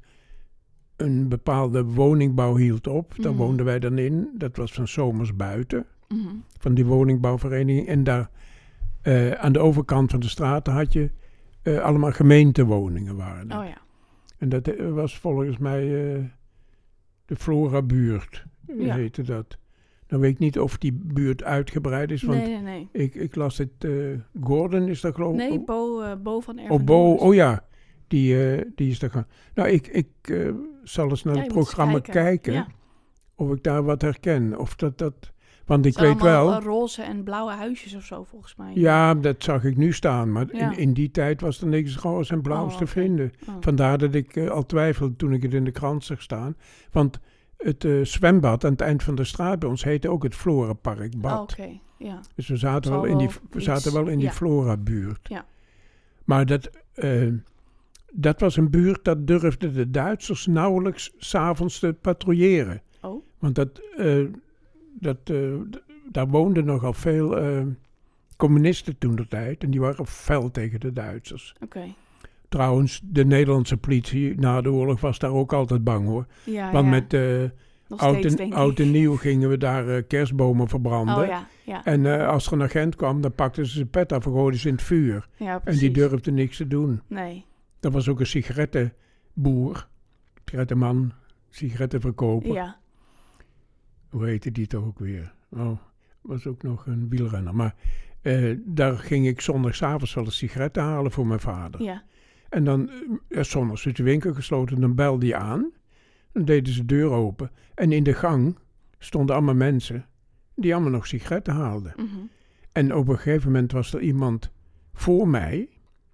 een bepaalde woningbouw hield op. Daar Mhm. woonden wij dan in. Dat was van zomers buiten, Mhm. van die woningbouwvereniging. En daar uh, aan de overkant van de straat had je uh, allemaal gemeentewoningen waren dat. Oh ja. En dat uh, was volgens mij uh, de Flora-buurt, Ja. heette dat. Dan weet ik niet of die buurt uitgebreid is, want Nee, nee, nee. ik, ik las het, uh, Gordon is dat geloof ik. Nee, Oh, Bo, uh, Bo van Erven. oh, Bo, Noorders. oh ja, die, uh, die is daar gaan. Nou, ik, ik uh, zal eens naar Ja, het je moet eens programma kijken, Ja. of ik daar wat herken. Of dat, dat, want ik Het zijn weet wel, allemaal, uh, roze en blauwe huisjes of zo, volgens mij. ja, dat zag ik nu staan, maar Ja. in, in die tijd was er niks roze en blauws Oh, te oké. vinden. Oh. Vandaar dat ik uh, al twijfelde toen ik het in de krant zag staan. Want het uh, zwembad aan het eind van de straat bij ons heette ook het Floraparkbad. Oh, oké. Ja. Dus we zaten Zal wel in die, wel we iets- zaten wel in die ja. Flora-buurt. Ja. Maar dat, uh, dat was een buurt dat durfden de Duitsers nauwelijks 's avonds te patrouilleren. Oh. Want dat, uh, dat, uh, d- daar woonden nogal veel uh, communisten toen de tijd. En die waren fel tegen de Duitsers. Oké. Trouwens, de Nederlandse politie na de oorlog was daar ook altijd bang hoor. Ja, Want ja. met uh, Nog oud, steeds, en, denk oud en ik. nieuw gingen we daar uh, kerstbomen verbranden. Oh ja, ja. En uh, als er een agent kwam, dan pakten ze zijn pet af en gooiden ze in het vuur. Ja, En precies. die durfde niks te doen. Nee. Dat was ook een sigarettenboer, sigarettenman, sigarettenverkoper. Ja. Hoe heette die toch ook weer? Oh, was ook nog een wielrenner. Maar uh, daar ging ik zondagsavonds wel eens sigaretten halen voor mijn vader. Ja. En dan, uh, zondags is de winkel gesloten, dan belde hij aan. Dan deden ze de deur open. En in de gang stonden allemaal mensen die allemaal nog sigaretten haalden. Mhm. En op een gegeven moment was er iemand voor mij,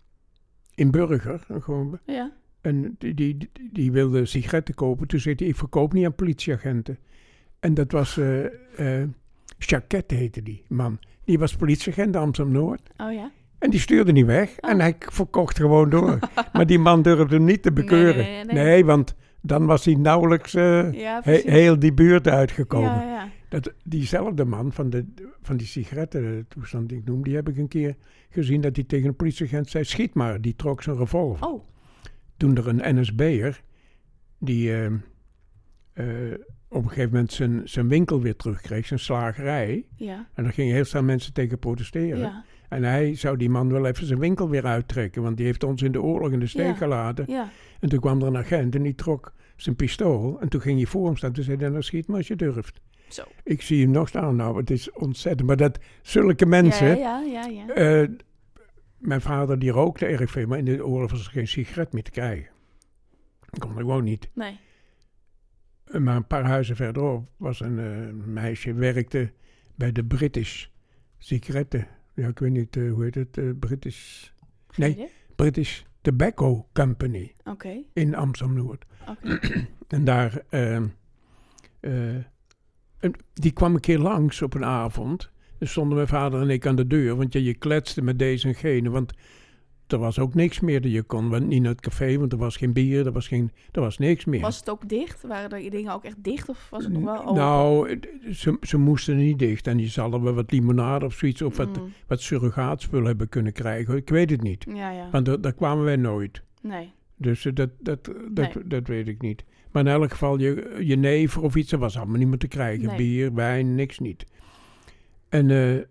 in Burger, gewoon, Ja. en die, die, die wilde sigaretten kopen. Toen zei hij, ik verkoop niet aan politieagenten. En dat was, uh, uh, Jacquet heette die man. Die was politieagent Amsterdam-Noord. Oh ja. En die stuurde niet weg. Oh. En hij verkocht gewoon door. Maar die man durfde hem niet te bekeuren. Nee, nee, Nee, nee. want dan was hij nauwelijks uh, Ja, he, precies. heel die buurt uitgekomen. Ja, ja. Dat, diezelfde man van, de, van die sigarettentoestand die ik noem, die heb ik een keer gezien dat hij tegen een politieagent zei, schiet maar. Die trok zijn revolver. Oh, Toen er een N S B'er, die uh, uh, op een gegeven moment zijn, zijn winkel weer terugkreeg, zijn slagerij. ja. En daar gingen heel veel mensen tegen protesteren. Ja, En hij zou die man wel even zijn winkel weer uittrekken, want die heeft ons in de oorlog in de steek Ja. gelaten. ja. En toen kwam er een agent en die trok zijn pistool. En toen ging hij voor hem staan. Toen zei hij, nou schiet maar als je durft. Zo. Ik zie hem nog staan. Nou, het is ontzettend. Maar dat zulke mensen... Ja, ja, ja, ja. eh, mijn vader die rookte erg veel, maar in de oorlog was er geen sigaret meer te krijgen. Dat kon er gewoon niet. Nee. Maar een paar huizen verderop was een uh, meisje, werkte bij de British sigaretten. Ja, ik weet niet, uh, hoe heet het? Uh, British... Geen Nee. idee? British Tobacco Company Oké, in Amsterdam-Noord. oké. En daar... Uh, uh, en die kwam een keer langs op een avond. Dan stonden mijn vader en ik aan de deur. Want ja, je kletste met deze en gene. Want er was ook niks meer dat je kon. Want niet naar het café, want er was geen bier. Er was, geen, er was niks meer. Was het ook dicht? Waren er dingen ook echt dicht of was het nog wel open? Nou, ze, ze moesten niet dicht. En je zal er wel wat limonade of zoiets... of wat, Mm. wat surrogaatspul hebben kunnen krijgen. Ik weet het niet. Ja, ja. Want daar, daar kwamen wij nooit. Nee. Dus uh, dat, dat, dat, Nee. dat weet ik niet. Maar in elk geval, je, je never of iets, er was allemaal niet meer te krijgen. Nee. Bier, wijn, niks niet. En uh,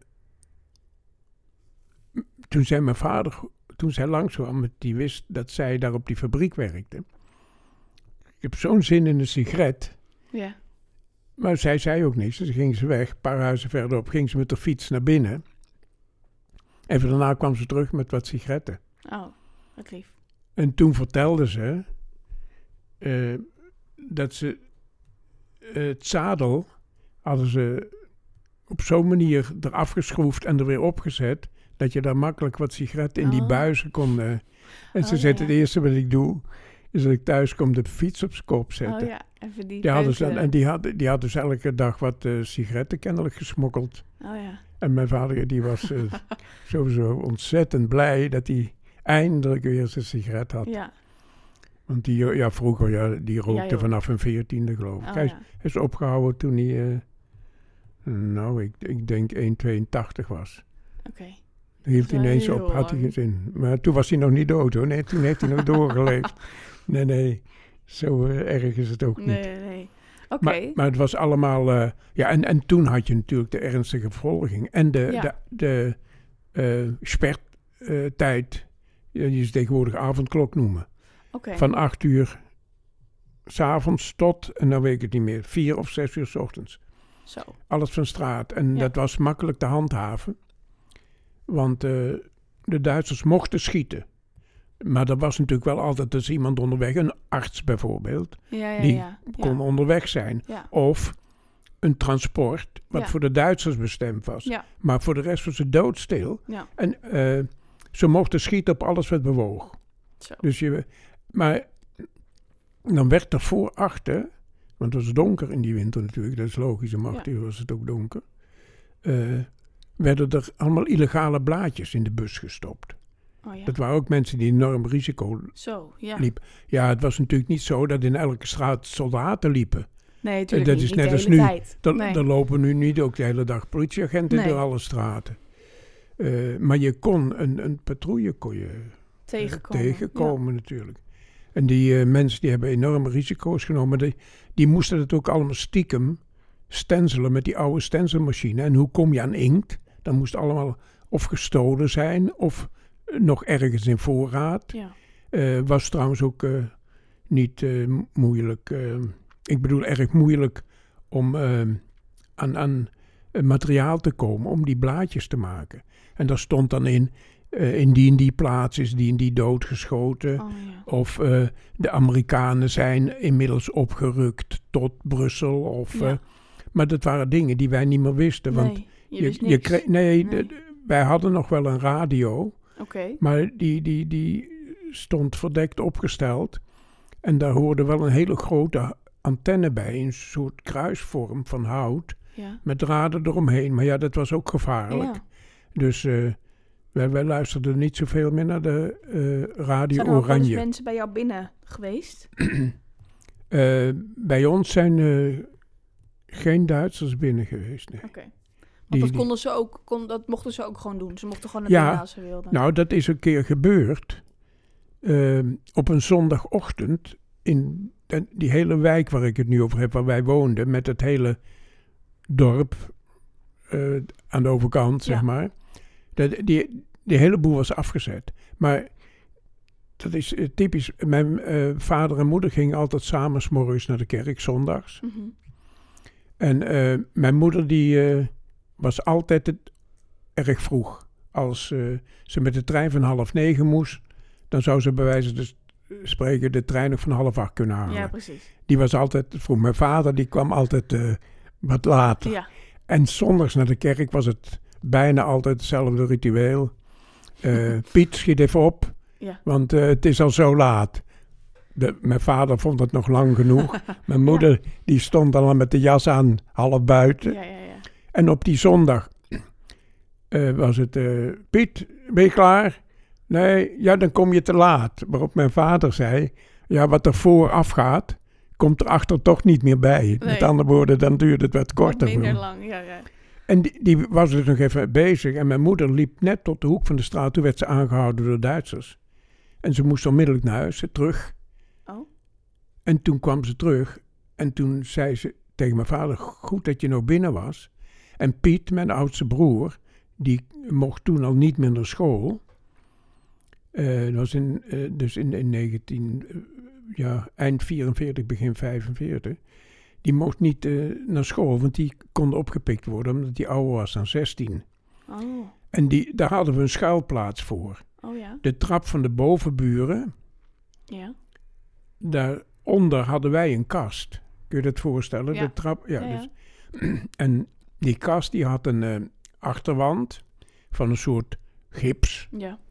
toen zei mijn vader, toen zij langskwam, die wist dat zij daar op die fabriek werkte. Ik heb zo'n zin in een sigaret. Ja. Maar zij zei ook niks, dus ging ze weg. Een paar huizen verderop ging ze met de fiets naar binnen. Even daarna kwam ze terug met wat sigaretten. Oh, wat lief. En toen vertelde ze uh, dat ze uh, het zadel hadden ze op zo'n manier eraf geschroefd en er weer opgezet, dat je daar makkelijk wat sigaretten in die Oh. buizen kon. Uh, en Oh, ze zei, ja. het eerste wat ik doe, is dat ik thuis kom de fiets op zijn kop zetten. Oh ja, even die Die hadden ze, keuken. en die had, die had dus elke dag wat uh, sigaretten kennelijk gesmokkeld. Oh ja. En mijn vader die was uh, sowieso ontzettend blij dat hij eindelijk weer zijn sigaret had. Ja. Want die, ja, vroeger, ja, die rookte Ja, joh. vanaf een veertiende, geloof ik. Oh, hij, is, ja. hij is opgehouden toen hij, uh, nou, ik, ik denk één komma tweeëntachtig was. Oké. Dan hield hij Dat is ineens wel op, heel had hij geen lang. zin. Maar toen was hij nog niet dood, hoor. Nee, toen heeft hij nog doorgeleefd. Nee, nee, zo uh, erg is het ook niet. Nee, nee. Oké. Maar, maar het was allemaal... Uh, ja, en, en toen had je natuurlijk de ernstige vervolging. En de, Ja. de, de uh, spertijd, uh, die ze tegenwoordig avondklok noemen. Oké. Van acht uur 's avonds tot, en dan weet ik het niet meer, vier of zes uur 's ochtends. Zo. Alles van straat. En Ja. dat was makkelijk te handhaven. Want uh, de Duitsers mochten schieten. Maar er was natuurlijk wel altijd dus iemand onderweg, een arts bijvoorbeeld, Ja, ja, die ja. kon Ja. onderweg zijn. Ja. Of een transport, wat Ja. voor de Duitsers bestemd was. Ja. Maar voor de rest was het doodstil. Ja. En uh, ze mochten schieten op alles wat bewoog. Zo. Dus je, maar dan werd er voor achter, want het was donker in die winter natuurlijk, dat is logisch, om acht Ja. uur was het ook donker, uh, werden er allemaal illegale blaadjes in de bus gestopt. Oh ja. Dat waren ook mensen die enorm risico Zo, ja. liepen. Ja, het was natuurlijk niet zo dat in elke straat soldaten liepen. Nee, natuurlijk dat niet. is Niet net de als hele nu. tijd. Er, Nee. er lopen nu niet ook de hele dag politieagenten Nee. door alle straten. Uh, maar je kon een, een patrouille kon je, uh, Tegenkomen. tegenkomen natuurlijk. En die uh, mensen die hebben enorme risico's genomen. Die, die moesten het ook allemaal stiekem stencelen met die oude stencilmachine. En hoe kom je aan inkt? Dan moest allemaal of gestolen zijn of nog ergens in voorraad. Ja. Uh, was trouwens ook uh, niet uh, moeilijk. Uh, ik bedoel erg moeilijk om uh, aan, aan uh, materiaal te komen om die blaadjes te maken. En daar stond dan in, uh, in die en die plaats is die en die doodgeschoten. Oh, ja. Of uh, de Amerikanen zijn inmiddels opgerukt tot Brussel. Of, Ja. uh, maar dat waren dingen die wij niet meer wisten. Want Nee, je je, wist je niks. kreeg, nee, Nee. de- de- wij hadden nog wel een radio. Oké. Maar die, die, die stond verdekt opgesteld. En daar hoorde wel een hele grote antenne bij. Een soort kruisvorm van hout. Ja. Met draden eromheen. Maar ja, dat was ook gevaarlijk. Ja. Dus uh, wij, wij luisterden niet zoveel meer naar de uh, Radio Zijn er ook wel eens Oranje. mensen bij jou binnen geweest? Uh, bij ons zijn uh, geen Duitsers binnen geweest. Nee. Oké. Okay. Want dat, konden ze ook, kon, dat mochten ze ook gewoon doen. Ze mochten gewoon naar ja, binnen als ze wilden. Nou, dat is een keer gebeurd. Uh, op een zondagochtend in de, die hele wijk waar ik het nu over heb, waar wij woonden, met het hele dorp uh, aan de overkant, ja. zeg maar. Dat, die, die hele boel was afgezet. Maar dat is uh, typisch. Mijn uh, vader en moeder gingen altijd samen 's morgens naar de kerk, zondags. Mm-hmm. En uh, mijn moeder die uh, was altijd het, erg vroeg. Als uh, ze met de trein van half negen moest, dan zou ze bij wijze van spreken de trein nog van half acht kunnen halen. Ja, precies. Die was altijd vroeg. Mijn vader die kwam altijd uh, wat later. Ja. En zondags naar de kerk was het bijna altijd hetzelfde ritueel. Uh, Piet, schiet even op, ja. want uh, het is al zo laat. De, mijn vader vond het nog lang genoeg. Mijn moeder ja. die stond al met de jas aan, half buiten. Ja, ja, ja. En op die zondag uh, was het... Uh, Piet, ben je klaar? Nee, ja, dan kom je te laat. Waarop mijn vader zei... Ja, wat er vooraf gaat, komt er achter toch niet meer bij. Nee. Met andere woorden, dan duurt het wat korter. Wat minder lang, ja, ja. En die, die was dus nog even bezig. En mijn moeder liep net tot de hoek van de straat. Toen werd ze aangehouden door Duitsers. En ze moest onmiddellijk naar huis, terug. Oh. En toen kwam ze terug. En toen zei ze tegen mijn vader... Goed dat je nou binnen was. En Piet, mijn oudste broer... Die mocht toen al niet meer naar school. Uh, dat was in, uh, dus in, in negentien... Uh, ja, eind vierenveertig, begin vijfenveertig... Die mocht niet uh, naar school, want die kon opgepikt worden... omdat die ouder was dan zestien. Oh. En die, daar hadden we een schuilplaats voor. Oh ja. De trap van de bovenburen... Ja. Daaronder hadden wij een kast. Kun je dat voorstellen? Ja. De trap, ja, ja, dus, ja. En die kast die had een uh, achterwand... van een soort gips. Ja.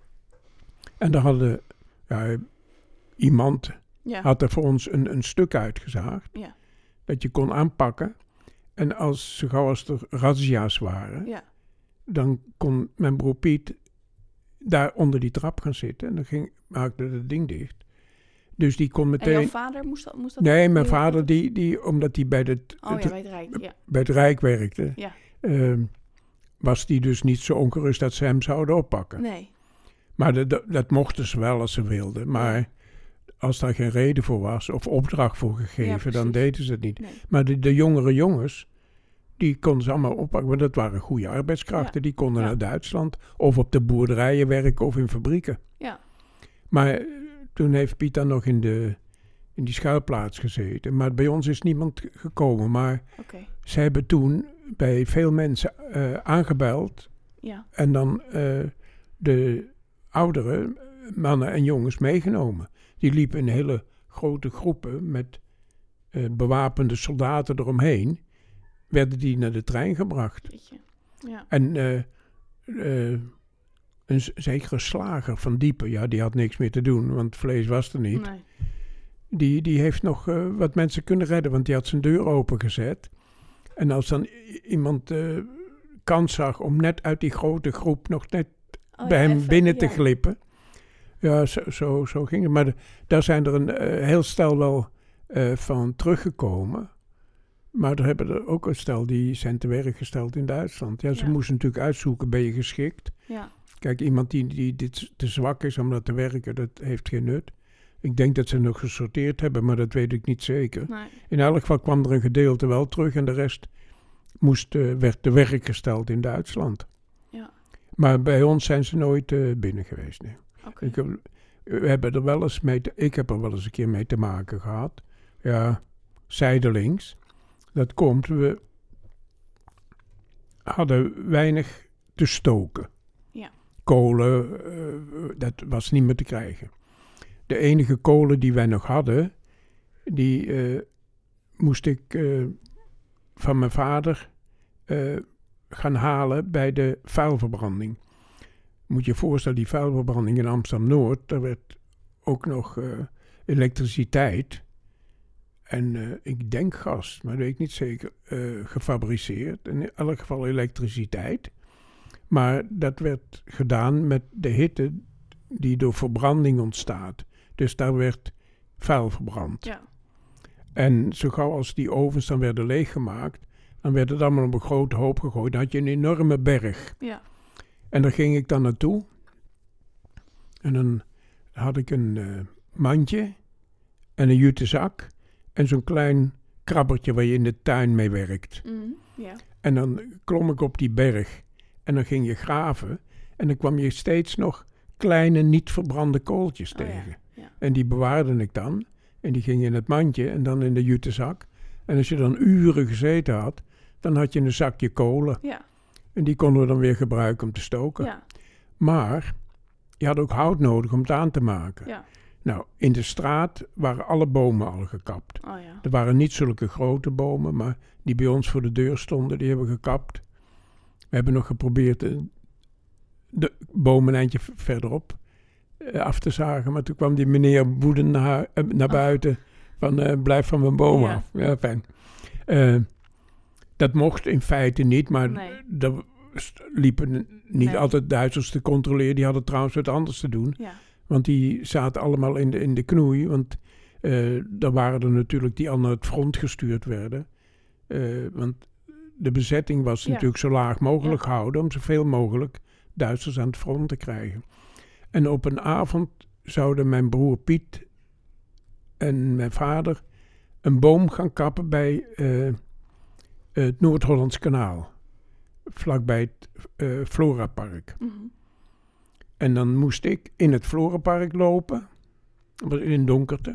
En daar hadden... Ja, iemand... Ja. had er voor ons een, een stuk uitgezaagd. Ja. Dat je kon aanpakken. En als, zo gauw als er razzia's waren... Ja. dan kon mijn broer Piet daar onder die trap gaan zitten. En dan ging, maakte het ding dicht. Dus die kon meteen... En jouw vader moest dat... Moest dat nee, mijn vader, die, die, omdat hij bij, het, oh, het, ja, bij het Rijk, ja. bij het Rijk werkte... Ja. Uh, was die dus niet zo ongerust dat ze hem zouden oppakken. Nee. Maar de, de, dat mochten ze wel als ze wilden. Maar... Ja. Als daar geen reden voor was of opdracht voor gegeven, ja, dan deden ze het niet. Nee. Maar de, de jongere jongens, die konden ze allemaal oppakken. Want dat waren goede arbeidskrachten. Ja. Die konden ja. naar Duitsland of op de boerderijen werken of in fabrieken. Ja. Maar toen heeft Piet dan nog in, de, in die schuilplaats gezeten. Maar bij ons is niemand gekomen. Maar okay. ze hebben toen bij veel mensen uh, aangebeld. Ja. En dan uh, de oudere mannen en jongens meegenomen. Die liepen in hele grote groepen met uh, bewapende soldaten eromheen. Werden die naar de trein gebracht. Ja. En uh, uh, een z- zekere slager van Diepen, ja, die had niks meer te doen, want vlees was er niet. Nee. Die, die heeft nog uh, wat mensen kunnen redden, want die had zijn deur opengezet. En als dan i- iemand uh, kans zag om net uit die grote groep nog net oh, bij ja, hem even, binnen te ja. glippen... Ja, zo, zo, zo ging het. Maar de, daar zijn er een uh, heel stel wel uh, van teruggekomen. Maar er hebben er ook een stel die zijn te werk gesteld in Duitsland. Ja, ze ja. moesten natuurlijk uitzoeken, ben je geschikt? Ja. Kijk, iemand die, die dit te zwak is om dat te werken, dat heeft geen nut. Ik denk dat ze nog gesorteerd hebben, maar dat weet ik niet zeker. Nee. In elk geval kwam er een gedeelte wel terug en de rest moest, uh, werd te werk gesteld in Duitsland. Ja. Maar bij ons zijn ze nooit uh, binnen geweest, nee. Okay. Ik heb, we hebben er wel eens mee te, ik heb er wel eens een keer mee te maken gehad. Ja, zijdelings. Dat komt, we hadden weinig te stoken. Ja. Kolen, uh, dat was niet meer te krijgen. De enige kolen die wij nog hadden, die uh, moest ik uh, van mijn vader uh, gaan halen bij de vuilverbranding. Moet je je voorstellen, die vuilverbranding in Amsterdam-Noord, daar werd ook nog uh, elektriciteit en uh, ik denk gas, maar dat weet ik niet zeker, uh, gefabriceerd. In elk geval elektriciteit. Maar dat werd gedaan met de hitte die door verbranding ontstaat. Dus daar werd vuil verbrand. Ja. En zo gauw als die ovens dan werden leeggemaakt, dan werd het allemaal op een grote hoop gegooid. Dan had je een enorme berg. Ja. En daar ging ik dan naartoe. En dan had ik een uh, mandje en een jute zak en zo'n klein krabbertje waar je in de tuin mee werkt. Mm, yeah. En dan klom ik op die berg en dan ging je graven en dan kwam je steeds nog kleine niet verbrande kooltjes Oh, tegen. ja. Ja. En die bewaarde ik dan en die gingen in het mandje en dan in de jute zak. En als je dan uren gezeten had, dan had je een zakje kolen. Ja. En die konden we dan weer gebruiken om te stoken. Ja. Maar je had ook hout nodig om het aan te maken. Ja. Nou, in de straat waren alle bomen al gekapt. Oh ja. Er waren niet zulke grote bomen, maar die bij ons voor de deur stonden, die hebben we gekapt. We hebben nog geprobeerd de, de bomen een eindje verderop uh, af te zagen. Maar toen kwam die meneer woedend naar, uh, naar buiten. Oh. Van, uh, blijf van mijn boom Ja. af. Ja, fijn. Uh, dat mocht in feite niet, maar Nee. er liepen niet Nee. altijd Duitsers te controleren. Die hadden trouwens wat anders te doen. Ja. Want die zaten allemaal in de, in de knoei. Want uh, er waren er natuurlijk die al naar het front gestuurd werden. Uh, want de bezetting was Ja. natuurlijk zo laag mogelijk Ja. houden. Om zoveel mogelijk Duitsers aan het front te krijgen. En op een avond zouden mijn broer Piet en mijn vader een boom gaan kappen bij uh, het Noord-Hollands Kanaal. Vlakbij het uh, Florapark. Mm-hmm. En dan moest ik in het Florapark lopen. In donkerte.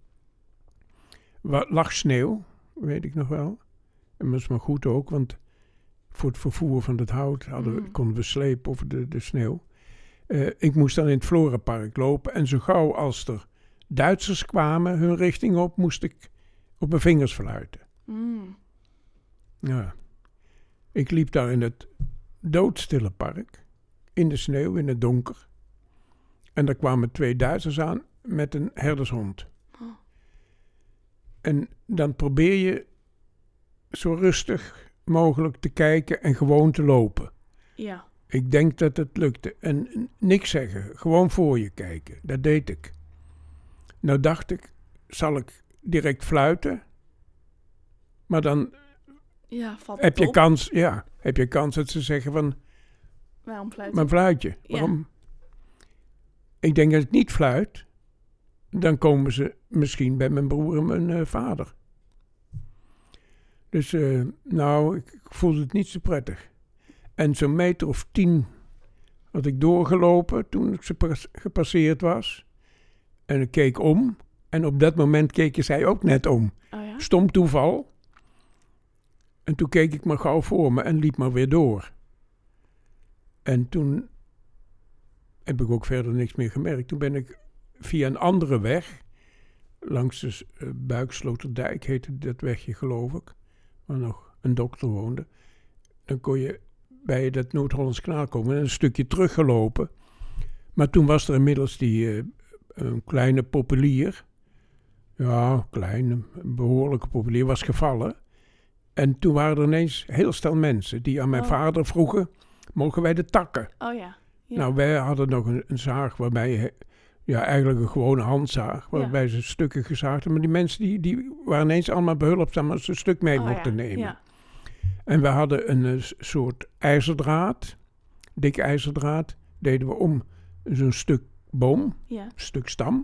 Wat lag sneeuw, weet ik nog wel. En dat is maar goed ook, want voor het vervoer van het hout hadden we, Mm. konden we slepen over de, de sneeuw. Uh, ik moest dan in het Florapark lopen. En zo gauw als er Duitsers kwamen hun richting op, moest ik op mijn vingers fluiten. Mm. Ja. Ik liep daar in het doodstille park. In de sneeuw, in het donker. En daar kwamen twee Duitsers aan met een herdershond. Oh. En dan probeer je zo rustig mogelijk te kijken en gewoon te lopen. Ja. Ik denk dat het lukte. En niks zeggen, gewoon voor je kijken. Dat deed ik. Nou dacht ik, zal ik direct fluiten? Maar dan Ja, valt heb het je op. kans, ja, heb je kans dat ze zeggen van, Waarom fluit je? maar fluit je. Ja. Waarom? Ik denk dat ik niet fluit, dan komen ze misschien bij mijn broer en mijn uh, vader. Dus, uh, nou, ik, ik voelde het niet zo prettig. En zo'n meter of tien had ik doorgelopen toen ik ze pas, gepasseerd was. En ik keek om. En op dat moment keken zij ook net om. Oh ja? Stom toeval. En toen keek ik maar gauw voor me en liep maar weer door. En toen heb ik ook verder niks meer gemerkt. Toen ben ik via een andere weg, langs de uh, Buiksloterdijk heette dat wegje geloof ik, waar nog een dokter woonde. Dan kon je bij dat Noord-Hollands Kanaal komen en een stukje teruggelopen. Maar toen was er inmiddels die uh, een kleine populier. Ja, klein, een behoorlijke populier was gevallen. En toen waren er ineens heel stel mensen die aan mijn Oh. vader vroegen, mogen wij de takken? Oh ja. Ja. Nou, wij hadden nog een, een zaag waarbij je, ja, eigenlijk een gewone handzaag, waarbij Ja. ze stukken gezaagd. Maar die mensen die, die waren ineens allemaal behulpzaam als ze een stuk mee Oh mochten ja. nemen. Ja. En we hadden een, uh, soort ijzerdraad, dik ijzerdraad, deden we om zo'n stuk boom, Ja. een stuk stam.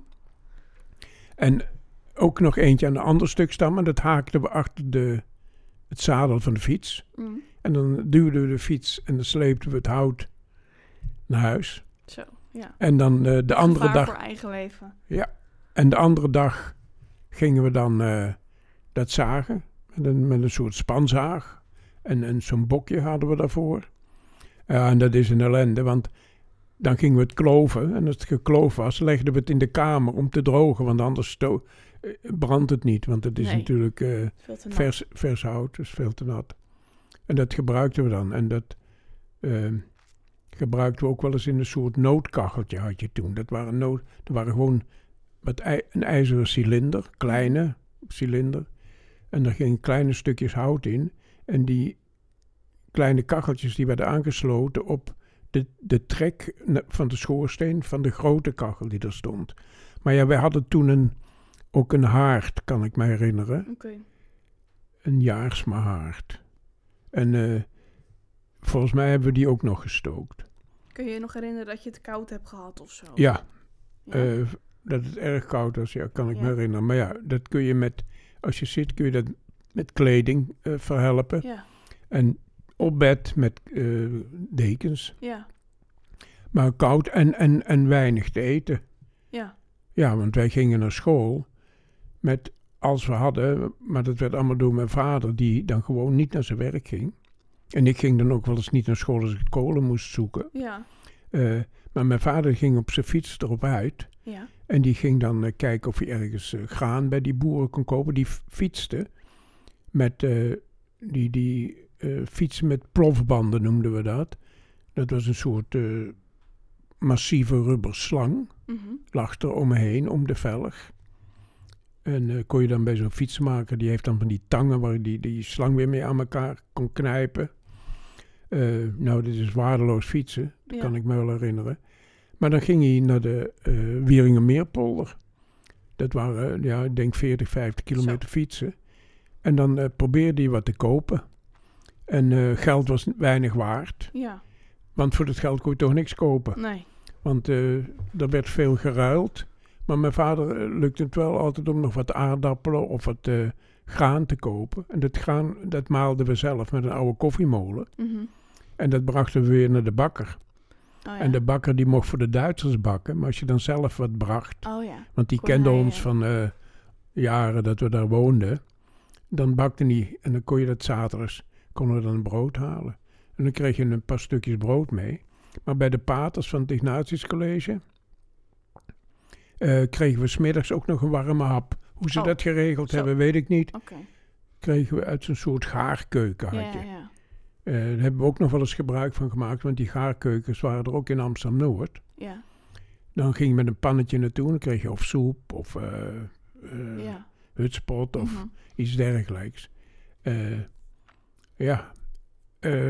En ook nog eentje aan een ander stuk stam en dat haakten we achter de, het zadel van de fiets. Mm. En dan duwden we de fiets en dan sleepten we het hout naar huis. Zo, ja. En dan uh, de andere Gevaar dag... voor eigen leven. Ja, en de andere dag gingen we dan uh, dat zagen. Met een, met een soort spanzaag. En, en zo'n bokje hadden we daarvoor. Ja, en dat is een ellende, want dan gingen we het kloven. En als het gekloofd was, legden we het in de kamer om te drogen. Want anders sto- uh, brandt het niet. Want het is Nee. natuurlijk uh, Veel te nat. vers, vers hout, dus veel te nat. En dat gebruikten we dan. En dat uh, gebruikten we ook wel eens in een soort noodkacheltje had je toen. Dat waren, nood, dat waren gewoon wat ij- een ijzeren cilinder, kleine cilinder. En daar gingen kleine stukjes hout in. En die kleine kacheltjes die werden aangesloten op de, de trek van de schoorsteen van de grote kachel die er stond. Maar ja, wij hadden toen een, Ook een haard, kan ik me herinneren. Oké. Okay. Een Jaarsma haard. En uh, volgens mij hebben we die ook nog gestookt. Kun je je nog herinneren dat je het koud hebt gehad of zo? Ja. ja? Uh, dat het erg koud was, ja, kan ik ja. me herinneren. Maar ja, dat kun je met, als je zit, kun je dat met kleding uh, verhelpen. Ja. En op bed met uh, dekens. Ja. Maar koud en, en, en weinig te eten. Ja. Ja, want wij gingen naar school met, als we hadden, maar dat werd allemaal door mijn vader, die dan gewoon niet naar zijn werk ging. En ik ging dan ook wel eens niet naar school als ik kolen moest zoeken. Ja. Uh, maar mijn vader ging op zijn fiets erop uit. Ja. En die ging dan uh, kijken of hij ergens uh, graan bij die boeren kon kopen. Die f- fietste met, uh, die, die uh, fietsen met plofbanden noemden we dat. Dat was een soort uh, massieve rubberslang. Mm-hmm. Lag er omheen, om de velg. En uh, kon je dan bij zo'n fietsenmaker, die heeft dan van die tangen waar die die slang weer mee aan elkaar kon knijpen. Uh, nou, dit is waardeloos fietsen, dat ja. kan ik me wel herinneren. Maar dan ging hij naar de uh, Wieringermeerpolder. Dat waren, ja, ik denk veertig, vijftig kilometer Zo. fietsen. En dan uh, probeerde hij wat te kopen. En uh, geld was weinig waard. Ja. Want voor dat geld kon je toch niks kopen. Nee. Want uh, er werd veel geruild. Maar mijn vader uh, lukte het wel altijd om nog wat aardappelen of wat uh, graan te kopen. En dat graan, dat maalden we zelf met een oude koffiemolen. Mm-hmm. En dat brachten we weer naar de bakker. Oh, ja. En de bakker die mocht voor de Duitsers bakken. Maar als je dan zelf wat bracht. Oh, ja. Want die Kon kende hij, ons uh... van uh, jaren dat we daar woonden. Dan bakte hij. En dan kon je dat zaterdags, konden we dan een brood halen. En dan kreeg je een paar stukjes brood mee. Maar bij de paters van het Ignatius College uh, kregen we 's middags ook nog een warme hap. Hoe ze oh, dat geregeld zo. hebben, weet ik niet. Okay. Kregen we uit zo'n soort gaarkeuken had je. Ja, ja. Uh, daar hebben we ook nog wel eens gebruik van gemaakt, want die gaarkeukens waren er ook in Amsterdam-Noord. Ja. Dan ging je met een pannetje naartoe en dan kreeg je of soep of uh, uh, ja. hutspot of mm-hmm. iets dergelijks. Uh, ja, uh,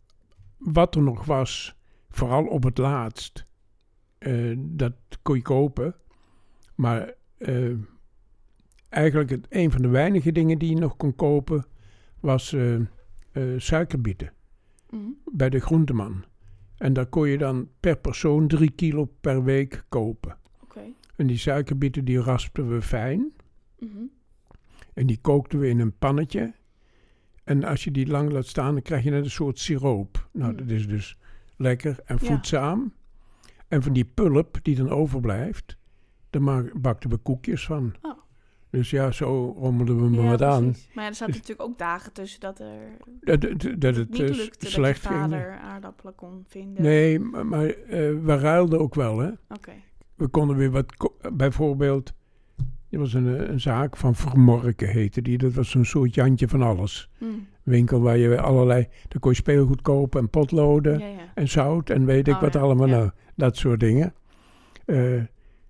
wat er nog was, vooral op het laatst, uh, dat kon je kopen. Maar uh, eigenlijk het, een van de weinige dingen die je nog kon kopen was uh, uh, suikerbieten. Mm-hmm. Bij de groenteman. En daar kon je dan per persoon drie kilo per week kopen. Okay. En die suikerbieten die raspten we fijn. Mm-hmm. En die kookten we in een pannetje. En als je die lang laat staan, dan krijg je net een soort siroop. Nou, mm. dat is dus lekker en voedzaam. Ja. En van die pulp die dan overblijft, daar ma- bakten we koekjes van. Oh. Dus ja, zo rommelden we me ja, wat precies. aan. Maar ja, er zaten dus, natuurlijk ook dagen tussen dat er dat, dat, dat, dat het niet lukte slecht dat je vader ging. aardappelen kon vinden. Nee, maar, maar uh, we ruilden ook wel, hè. Okay. We konden weer wat, ko- bijvoorbeeld, er was een, een zaak van Vermorken heette die. Dat was zo'n soort Jantje van alles. Mm. Winkel waar je allerlei, daar kon je speelgoed kopen en potloden ja, ja. en zout en weet ik oh, wat ja. allemaal. Ja. Nou, dat soort dingen. Uh,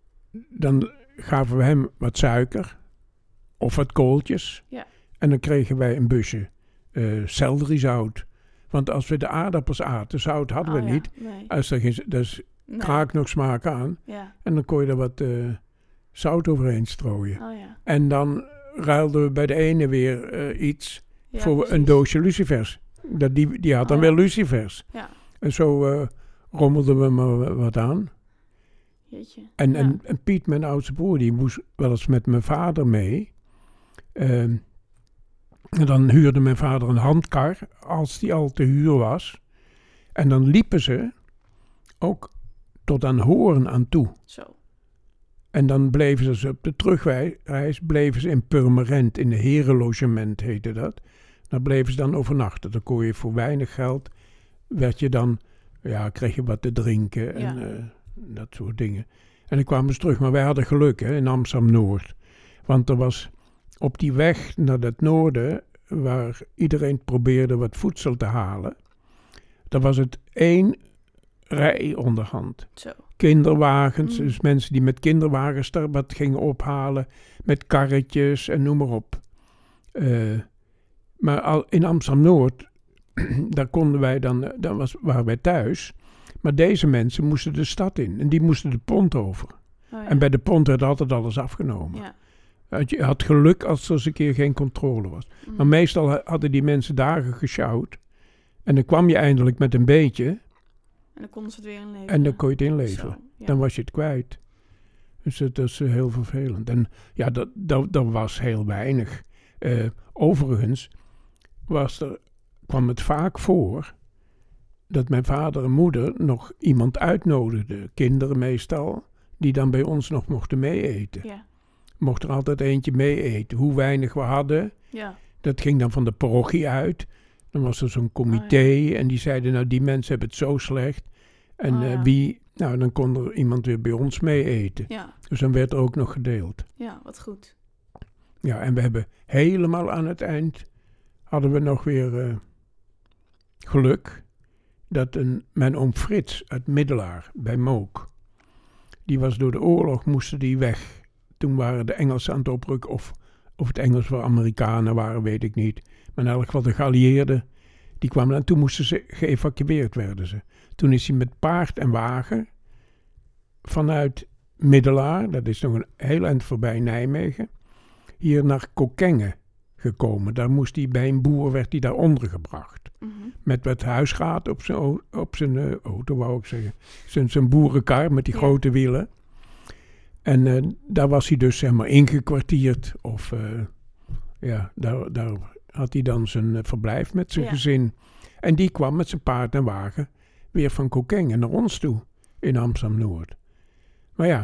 dan gaven we hem wat suiker of wat kooltjes. Ja. En dan kregen wij een busje uh, selderiezout. Want als we de aardappels aten, zout hadden oh, we ja. niet. Nee. Als er geen, dus nee. kraak nog smaak aan. Ja. En dan kon je er wat uh, zout overheen strooien. Oh, ja. En dan ruilden we bij de ene weer uh, iets ja, voor precies. een doosje lucifers. Dat die, die had dan oh, weer ja. lucifers. Ja. En zo uh, rommelden we maar wat aan. Jeetje. En, ja. en, en Piet, mijn oudste broer, die moest wel eens met mijn vader mee. Uh, en dan huurde mijn vader een handkar, als die al te huur was. En dan liepen ze ook tot aan Hoorn aan toe. Zo. En dan bleven ze op de terugreis, bleven ze in Purmerend, in de herenlogement heette dat. Daar bleven ze dan overnachten. Dan kon je voor weinig geld, werd je dan, ja, kreeg je wat te drinken en ja. uh, dat soort dingen. En dan kwamen ze terug, maar wij hadden geluk hè, in Amsterdam-Noord. Want er was op die weg naar het noorden, waar iedereen probeerde wat voedsel te halen, daar was het één rij onderhand. Zo. Kinderwagens, mm. dus mensen die met kinderwagens daar wat gingen ophalen, met karretjes en noem maar op. Uh, maar al in Amsterdam-Noord, daar konden wij dan, dan was, waren wij thuis. Maar deze mensen moesten de stad in en die moesten de pont over. Oh, ja. En bij de pont werd altijd alles afgenomen. Ja. had je had geluk als er eens een keer geen controle was. Mm. Maar meestal hadden die mensen dagen gesjouwd. En dan kwam je eindelijk met een beetje. En dan konden ze het weer inleveren. En dan kon je het inleveren. Zo, ja. Dan was je het kwijt. Dus dat, dat is uh, heel vervelend. En ja, dat, dat, dat was heel weinig. Uh, overigens was er, kwam het vaak voor dat mijn vader en moeder nog iemand uitnodigden. Kinderen meestal, die dan bij ons nog mochten meeeten. Ja. Mocht er altijd eentje meeeten. Hoe weinig we hadden, Ja. dat ging dan van de parochie uit. Dan was er zo'n comité Oh, ja. en die zeiden, nou die mensen hebben het zo slecht. En Oh, uh, ja. wie, nou dan kon er iemand weer bij ons mee eten. Ja. Dus dan werd er ook nog gedeeld. Ja, wat goed. Ja, en we hebben helemaal aan het eind, hadden we nog weer uh, geluk, dat een, mijn oom Frits uit Middelaar bij Mook, die was door de oorlog, moesten die weg. Toen waren de Engelsen aan het oprukken, of, of het Engels waar Amerikanen waren, weet ik niet. Maar in elk geval de geallieerden, die kwamen en toen moesten ze geëvacueerd werden ze. Toen is hij met paard en wagen vanuit Middelaar, dat is nog een heel eind voorbij Nijmegen, hier naar Kockengen gekomen. Daar moest hij bij een boer, werd hij daar ondergebracht. Mm-hmm. Met wat huisraad op zijn, op zijn uh, auto, wou ik zeggen. Zijn, zijn boerenkar met die Ja. grote wielen. En uh, daar was hij dus zeg maar ingekwartierd. Of uh, ja, daar, daar had hij dan zijn uh, verblijf met zijn Ja. gezin. En die kwam met zijn paard en wagen weer van Kockengen naar ons toe. In Amsterdam-Noord. Maar ja,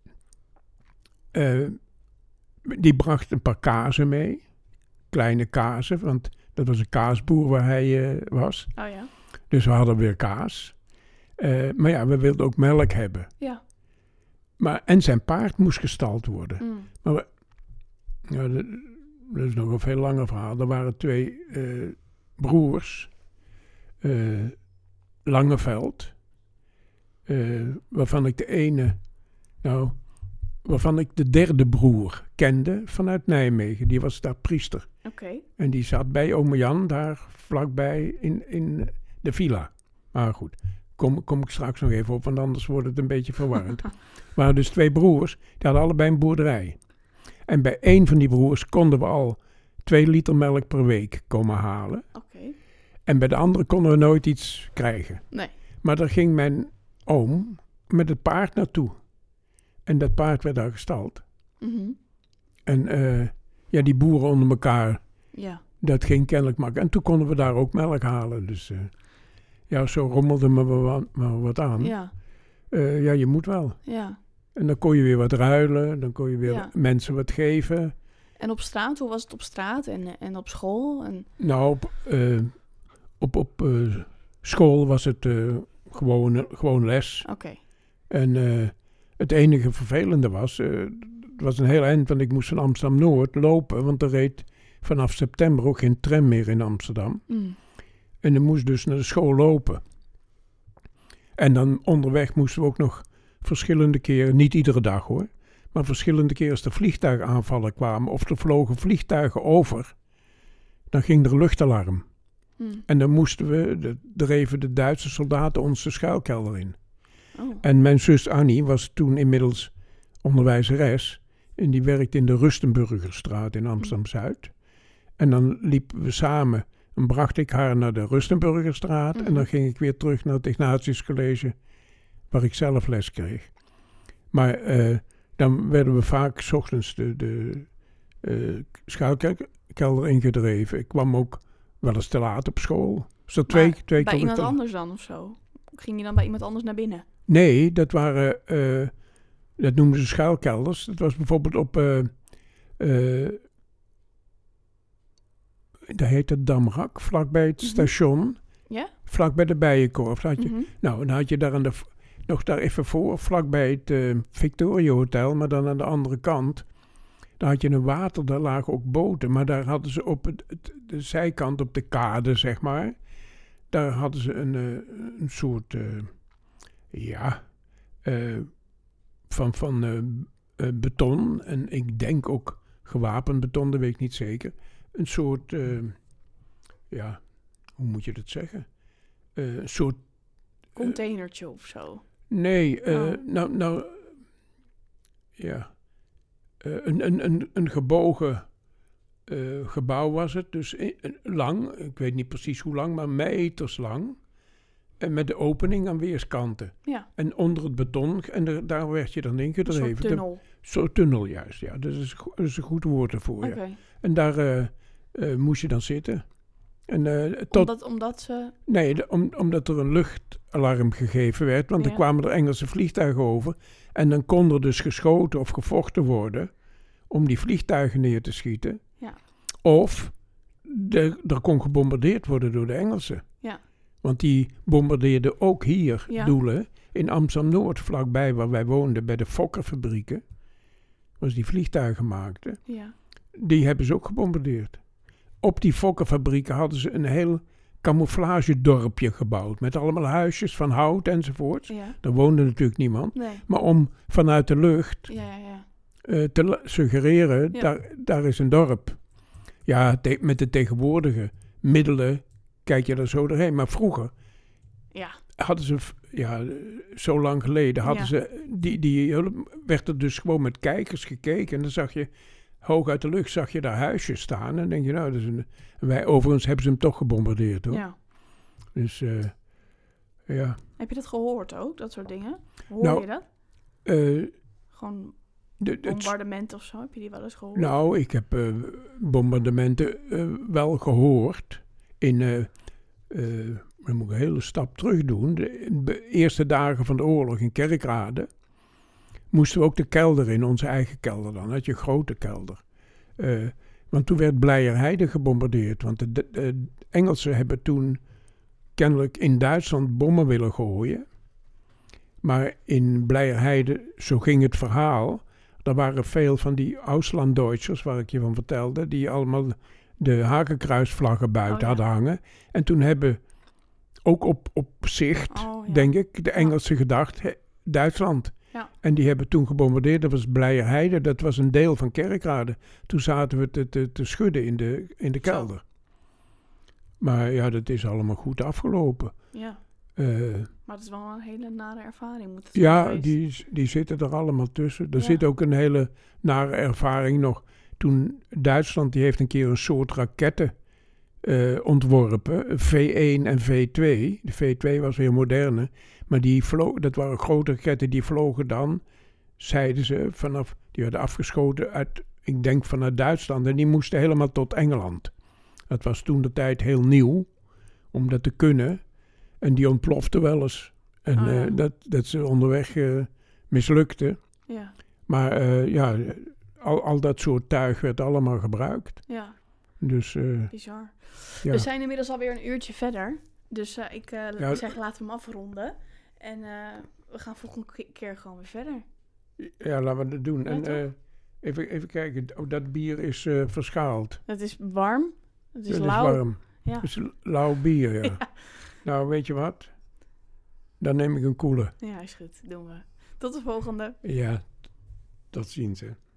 uh, die bracht een paar kazen mee. Kleine kazen, want dat was een kaasboer waar hij uh, was. Oh ja. Dus we hadden weer kaas. Uh, maar ja, we wilden ook melk hebben. Ja. Maar, en zijn paard moest gestald worden. Mm. Maar we, ja, dat, dat is nog een veel langer verhaal. Er waren twee uh, broers. Uh, Langeveld. Uh, waarvan ik de ene... Nou, waarvan ik de derde broer kende vanuit Nijmegen. Die was daar priester. Oké. Okay. En die zat bij ome Jan daar vlakbij in, in de villa. Maar goed, kom, kom ik straks nog even op, want anders wordt het een beetje verwarrend. Maar dus twee broers, die hadden allebei een boerderij. En bij één van die broers konden we al twee liter melk per week komen halen. Oké. Okay. En bij de andere konden we nooit iets krijgen. Nee. Maar daar ging mijn oom met het paard naartoe. En dat paard werd daar gestald. Mm-hmm. En uh, ja, die boeren onder elkaar, ja. dat ging kennelijk makkelijk. En toen konden we daar ook melk halen. Dus uh, ja, zo rommelde me wat, maar wat aan. Ja. Uh, ja, je moet wel. Ja. En dan kon je weer wat ruilen. Dan kon je weer ja. mensen wat geven. En op straat, hoe was het op straat en, en op school? En... Nou, op, uh, op, op uh, school was het uh, gewoon, gewoon les. Oké. Okay. En uh, het enige vervelende was, uh, het was een heel eind, want ik moest van Amsterdam-Noord lopen, want er reed vanaf september ook geen tram meer in Amsterdam. Mm. En dan moest dus naar de school lopen. En dan onderweg moesten we ook nog verschillende keren, niet iedere dag hoor, maar verschillende keren als er vliegtuigaanvallen kwamen of er vlogen vliegtuigen over, dan ging er luchtalarm. Mm. En dan moesten we, de, dreven de Duitse soldaten onze schuilkelder in. Oh. En mijn zus Annie was toen inmiddels onderwijzeres. En die werkte in de Rustenburgerstraat in Amsterdam-Zuid. En dan liepen we samen. En bracht ik haar naar de Rustenburgerstraat. Mm-hmm. En dan ging ik weer terug naar het Ignatius College. Waar ik zelf les kreeg. Maar uh, dan werden we vaak 's ochtends de, de uh, schuilkelder ingedreven. Ik kwam ook wel eens te laat op school. Dus dat twee, twee bij iemand anders dan of zo? Ging je dan bij iemand anders naar binnen? Nee, dat waren, uh, dat noemden ze schuilkelders. Dat was bijvoorbeeld op, uh, uh, dat heette Damrak, vlakbij het mm-hmm. station. Ja? Vlakbij de Bijenkorf. Had je, mm-hmm. Nou, dan had je daar aan de, nog daar even voor, vlakbij het uh, Victoria Hotel, maar dan aan de andere kant. Daar had je een water, daar lagen ook boten. Maar daar hadden ze op het, het, de zijkant, op de kade, zeg maar. Daar hadden ze een, uh, een soort... Uh, Ja, uh, van, van uh, uh, beton en ik denk ook gewapend beton, dat weet ik niet zeker. Een soort, uh, ja, hoe moet je dat zeggen? Uh, een soort... Uh, Containertje of zo? Nee, uh, oh. nou, nou, ja. uh, een, een, een, een gebogen uh, gebouw was het. Dus in, lang, ik weet niet precies hoe lang, maar meters lang. En met de opening aan weerskanten. Ja. En onder het beton, en er, daar werd je dan ingedreven. Een soort tunnel. Zo'n tunnel, juist. Ja, dat is, dat is een goed woord ervoor. Okay. Ja. En daar uh, uh, moest je dan zitten. En, uh, tot, omdat, omdat ze... Nee, de, om, omdat er een luchtalarm gegeven werd. Want ja. er kwamen er Engelse vliegtuigen over. En dan kon er dus geschoten of gevochten worden om die vliegtuigen neer te schieten. Ja. Of de, er kon gebombardeerd worden door de Engelsen. Ja. Want die bombardeerden ook hier ja. doelen. In Amsterdam-Noord, vlakbij waar wij woonden, bij de Fokkerfabrieken. Was die vliegtuigen maakten. Ja. Die hebben ze ook gebombardeerd. Op die Fokkerfabrieken hadden ze een heel camouflagedorpje gebouwd. Met allemaal huisjes van hout enzovoort. Ja. Daar woonde natuurlijk niemand. Nee. Maar om vanuit de lucht ja, ja, ja. Uh, te la- suggereren, ja. daar, daar is een dorp. Ja, te- met de tegenwoordige middelen kijk je er zo doorheen. Maar vroeger ja. hadden ze, ja, zo lang geleden, hadden ja. ze, die, die werd er dus gewoon met kijkers gekeken. En dan zag je, hoog uit de lucht zag je daar huisjes staan. En dan denk je, nou, dat is een... En wij, overigens hebben ze hem toch gebombardeerd, hoor. Ja. Dus, uh, ja. Heb je dat gehoord ook, dat soort dingen? Hoor nou, je dat? Uh, Gewoon de, bombardementen of zo, heb je die wel eens gehoord? Nou, ik heb uh, bombardementen uh, wel gehoord. In, uh, uh, dan moet ik een hele stap terug doen. De, de eerste dagen van de oorlog in Kerkrade moesten we ook de kelder in, onze eigen kelder dan. Had je een grote kelder. Uh, want toen werd Bleijerheide gebombardeerd. Want de, de, de Engelsen hebben toen kennelijk in Duitsland bommen willen gooien. Maar in Bleijerheide, zo ging het verhaal, er waren veel van die Auslandduitsers, waar ik je van vertelde, die allemaal de hakenkruisvlaggen buiten oh, ja. hadden hangen. En toen hebben ook op, op zicht, oh, ja. denk ik, de Engelsen ja. gedacht, he, Duitsland. Ja. En die hebben toen gebombardeerd, dat was Bleijerheide, dat was een deel van Kerkrade. Toen zaten we te, te, te schudden in de, in de kelder. Zo. Maar ja, dat is allemaal goed afgelopen. Ja. Uh, maar het is wel een hele nare ervaring. Moet het ja, die, die zitten er allemaal tussen. Er ja. zit ook een hele nare ervaring nog. Toen Duitsland, die heeft een keer een soort raketten uh, ontworpen. V één en V twee. De V twee was weer moderne. Maar die vloog, dat waren grote raketten, die vlogen dan, zeiden ze, vanaf, die werden afgeschoten uit, ik denk vanuit Duitsland. En die moesten helemaal tot Engeland. Dat was toen de tijd heel nieuw, om dat te kunnen. En die ontplofte wel eens. En oh, ja. uh, dat, dat ze onderweg uh, mislukte. Ja. Maar uh, ja, al, al dat soort tuig werd allemaal gebruikt. Ja. Dus, uh, bizar. Ja. We zijn inmiddels alweer een uurtje verder. Dus uh, ik uh, ja, zeg, laten we hem afronden. En uh, we gaan volgende keer gewoon weer verder. Ja, laten we dat doen. Ja, en uh, even, even kijken. Oh, dat bier is uh, verschaald. Het is warm. Het is het lauw. is warm. Ja. Het is lauw bier, ja. ja. Nou, weet je wat? Dan neem ik een koele. Ja, is goed. Doen we. Tot de volgende. Ja, tot ziens, hè.